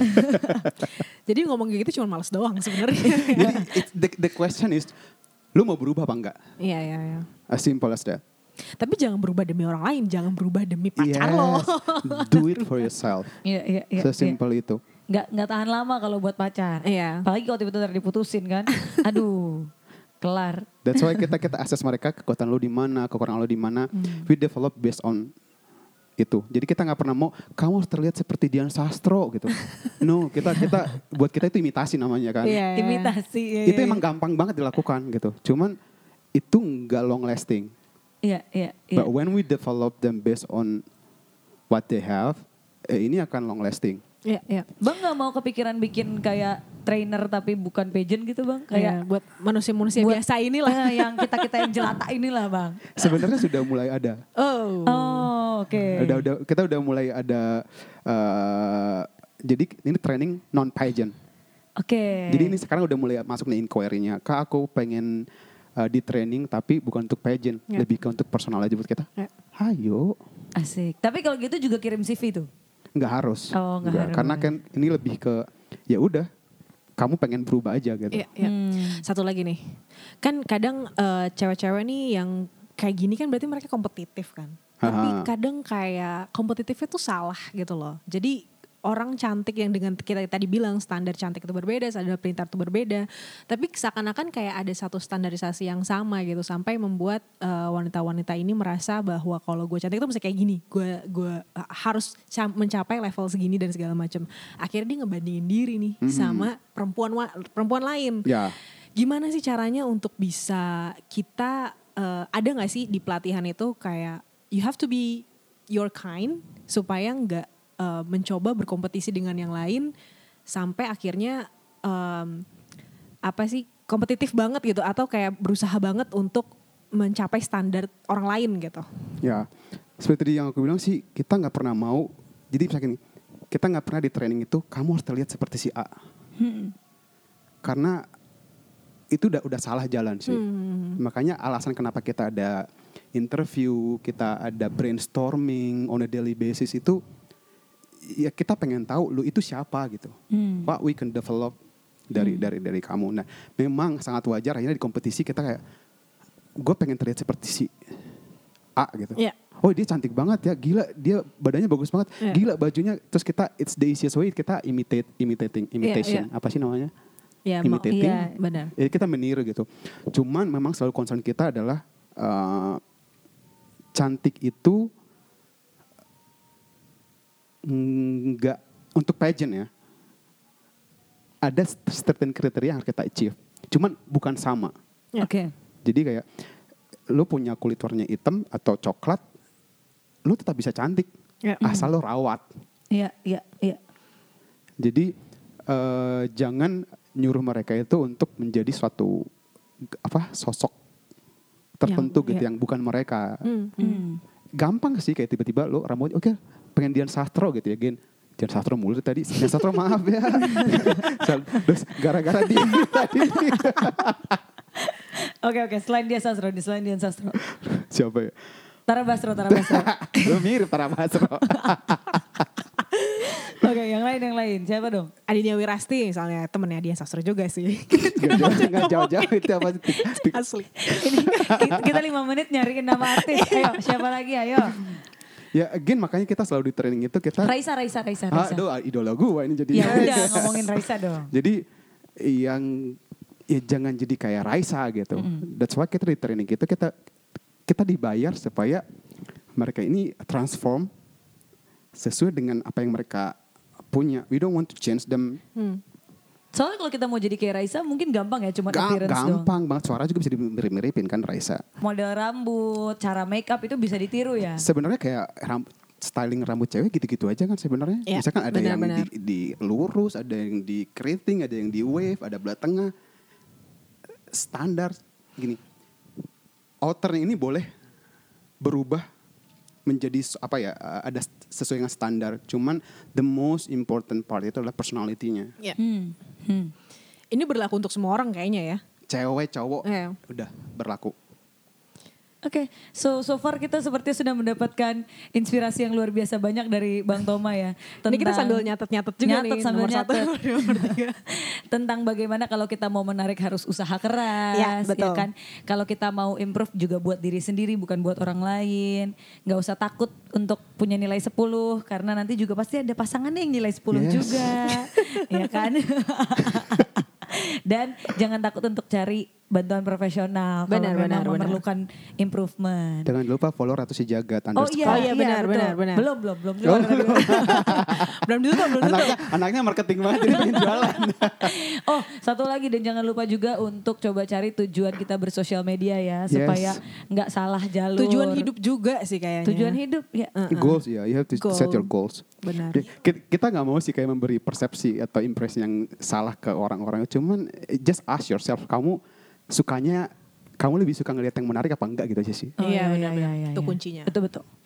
Jadi ngomong kayak gitu cuma males doang sebenarnya. Jadi the question is, lu mau berubah apa enggak? Iya, iya, iya. As simple as that. Tapi jangan berubah demi orang lain, jangan berubah demi pacar lo. Do it for yourself. Iya, iya. Sesimpel itu. Nggak tahan lama kalau buat pacar. Iya. Apalagi kalau tiba-tiba diputusin kan. Aduh, kelar. That's why kita assess mereka, kekuatan lo di mana, kekurangan lo di mana. We develop based on itu. Jadi kita nggak pernah mau kamu harus terlihat seperti Dian Sastro gitu. No, kita buat kita itu imitasi namanya kan. Iya. Imitasi. Itu emang gampang banget dilakukan gitu. Cuman itu nggak long lasting. Iya, iya, iya. But when we develop them based on what they have, ini akan long lasting. Iya, iya. Bang gak mau kepikiran bikin kayak trainer tapi bukan pageant gitu bang? Kayak Kayak buat manusia-manusia biasa inilah. yang kita yang jelata inilah bang. Sebenarnya sudah mulai ada. Oh. Oh oke. Kita udah mulai ada. Jadi ini training non pageant. Oke. Jadi ini sekarang udah mulai masuk nih inquiry-nya. Kak aku pengen di training tapi bukan untuk pageant, Ya. lebih ke untuk personal aja buat kita. Ya. Hayo, Asik. Tapi kalau gitu juga kirim CV tuh? nggak harus. Oh, nggak harus. Karena kan ini lebih ke ya udah, kamu pengen berubah aja gitu. Iya, iya. Satu lagi nih. Kan kadang cewek-cewek nih yang kayak gini kan berarti mereka kompetitif kan. Tapi kadang kayak kompetitifnya tuh salah gitu loh. Jadi orang cantik yang dengan kita tadi bilang standar cantik itu berbeda, standar pintar itu berbeda. Tapi seakan-akan kayak ada satu standarisasi yang sama gitu. Sampai membuat wanita-wanita ini merasa bahwa kalau gue cantik itu mesti kayak gini. Gue harus mencapai level segini dan segala macam. Akhirnya dia ngebandingin diri nih sama perempuan lain. Ya. Gimana sih caranya untuk bisa kita ada nggak sih di pelatihan itu kayak you have to be your kind supaya nggak mencoba berkompetisi dengan yang lain sampai akhirnya apa sih kompetitif banget gitu atau kayak berusaha banget untuk mencapai standar orang lain gitu. Ya, seperti yang aku bilang sih, kita nggak pernah mau. Jadi misalnya gini, kita nggak pernah di training itu kamu harus terlihat seperti si A. Karena itu udah salah jalan sih. Makanya alasan kenapa kita ada interview, kita ada brainstorming on a daily basis itu, ya kita pengen tahu lu itu siapa gitu. What we can develop dari kamu. Nah, memang sangat wajar akhirnya di kompetisi kita kayak gue pengen terlihat seperti si A gitu. Yeah. Oh dia cantik banget ya, gila dia badannya bagus banget, gila bajunya. Terus kita it's the easiest way kita imitation. Apa sih namanya? Ya, Imitating. iya, benar. Ya, kita meniru gitu. Cuman memang selalu concern kita adalah cantik itu nggak untuk pageant ya. Ada certain kriteria yang harus kita achieve. Cuman bukan sama. Ya. Oke. Jadi kayak lu punya kulit warnanya hitam atau coklat, lu tetap bisa cantik. Ya. Asal lu rawat. Iya, iya, iya. Jadi jangan nyuruh mereka itu untuk menjadi suatu sosok tertentu gitu yang bukan mereka. Gampang sih kayak tiba-tiba lu rambutnya oke, pengen Dian Sastro gitu ya, Gen. Dian Sastro mulu tadi. Dian Sastro maaf ya. Terus gara-gara dia tadi. Oke, selain Dian Sastro. Siapa ya? Tara Basro. Lu mirip Tara Basro. Oke, yang lain. Siapa dong? Adinia Wirasti misalnya temennya Dian Sastro juga sih. Gak jauh-jauh itu apa sih? Asli. Ini kita 5 menit nyariin nama artis. Ayo, siapa lagi? Ayo. Ya again makanya kita selalu di training itu kita. Raisa. Aduh idola gue ini jadi. Ya udah ngomongin Raisa dong. Jadi jangan jadi kayak Raisa gitu. That's why kita di training kita kita dibayar supaya mereka ini transform sesuai dengan apa yang mereka punya. We don't want to change them. Soalnya kalau kita mau jadi kayak Raisa mungkin gampang ya, cuma appearance doang. Gampang banget, suara juga bisa dimirip-miripin kan Raisa. Model rambut, cara make up itu bisa ditiru ya. Sebenarnya kayak styling rambut cewek gitu-gitu aja kan sebenarnya. Ya, Misalkan ada benar-benar. yang di lurus, ada yang di keriting, ada yang di wave, ada belah tengah. Standar gini. Outernya ini boleh berubah menjadi ada sesuai dengan standar. Cuman the most important part itu adalah personality-nya. Ya. Ini berlaku untuk semua orang kayaknya ya. Cewek, cowok, Iya. udah berlaku. Oke, so far kita sepertinya sudah mendapatkan inspirasi yang luar biasa banyak dari Bang Toma ya. Ini kita sambil nyatet-nyatet juga nih. Sambil nomor nyatet. 1, nomor 3. Tentang bagaimana kalau kita mau menarik harus usaha keras, Ya, betul. kan? Kalau kita mau improve juga buat diri sendiri bukan buat orang lain. Gak usah takut untuk punya nilai 10 karena nanti juga pasti ada pasangannya yang nilai 10 Yes. juga, ya kan? Dan jangan takut untuk cari bantuan profesional kalau Benar, memang benar, benar. memerlukan improvement. Jangan lupa follow Ratu Sejagat Oh _ iya, iya, benar, betul. benar. Belum. Belum ditutup. Anaknya marketing banget jadi pengen jualan. Oh, satu lagi dan jangan lupa juga untuk coba cari tujuan kita bersosial media ya, Yes. supaya nggak salah jalur. Tujuan hidup juga sih kayaknya. Tujuan hidup ya. Goals ya, you have to Goal. set your goals. Benar. Kita nggak mau sih kayak memberi persepsi atau impresi yang salah ke orang-orang. Cuman just ask yourself, kamu lebih suka ngelihat yang menarik apa enggak gitu aja sih. Oh, Iya, iya, benar. iya, iya, Itu iya. kuncinya. Betul.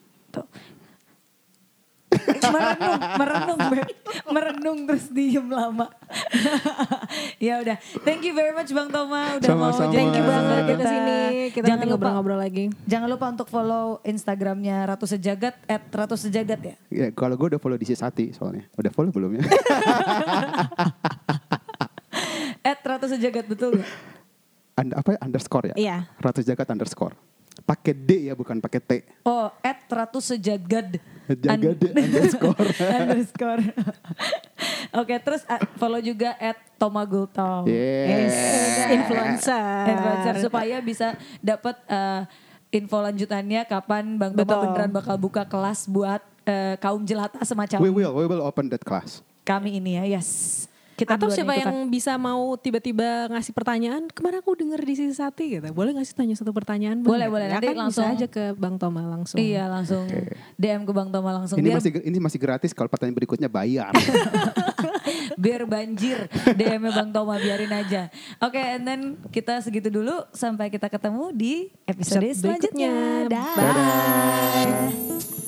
merenung terus diem lama. Ya udah, thank you very much Bang Toma udah mau Sama-sama. jadi Thank you banget Kita kita kesini. Kita Jangan nanti lupa ngobrol-ngobrol lagi. Jangan lupa untuk follow Instagramnya Ratu Sejagat @ratusejagat ya. Ya, kalau gue udah follow di Sati soalnya. Udah follow belum ya? @Ratu Sejagat betul gak? Underscore ya? Iya. Ratu Sejagat underscore. Pakai D ya, bukan pakai T. Oh, @ratusejagat. Jaga D underscore. Underscore. Oke, terus follow juga @tomagultom. Yes. Influencer. Supaya bisa dapat info lanjutannya kapan Bang Toma Betul. beneran bakal buka kelas buat kaum jelata semacam We will open that class. kami ini ya. Yes. Kita Atau duluan siapa ikutan. yang bisa mau tiba-tiba ngasih pertanyaan, kemarin aku denger di Sisi Sati gitu. Boleh nggak sih tanya satu pertanyaan? Bang? Boleh, boleh. Ya Nanti kan langsung- bisa aja ke Bang Toma langsung. Iya, langsung DM ke Bang Toma langsung Ini masih gratis, kalau pertanyaan berikutnya bayar. biar banjir DM-nya Bang Toma, biarin aja. Oke, and then kita segitu dulu sampai kita ketemu di episode Episode selanjutnya. berikutnya. Dah. Dadah.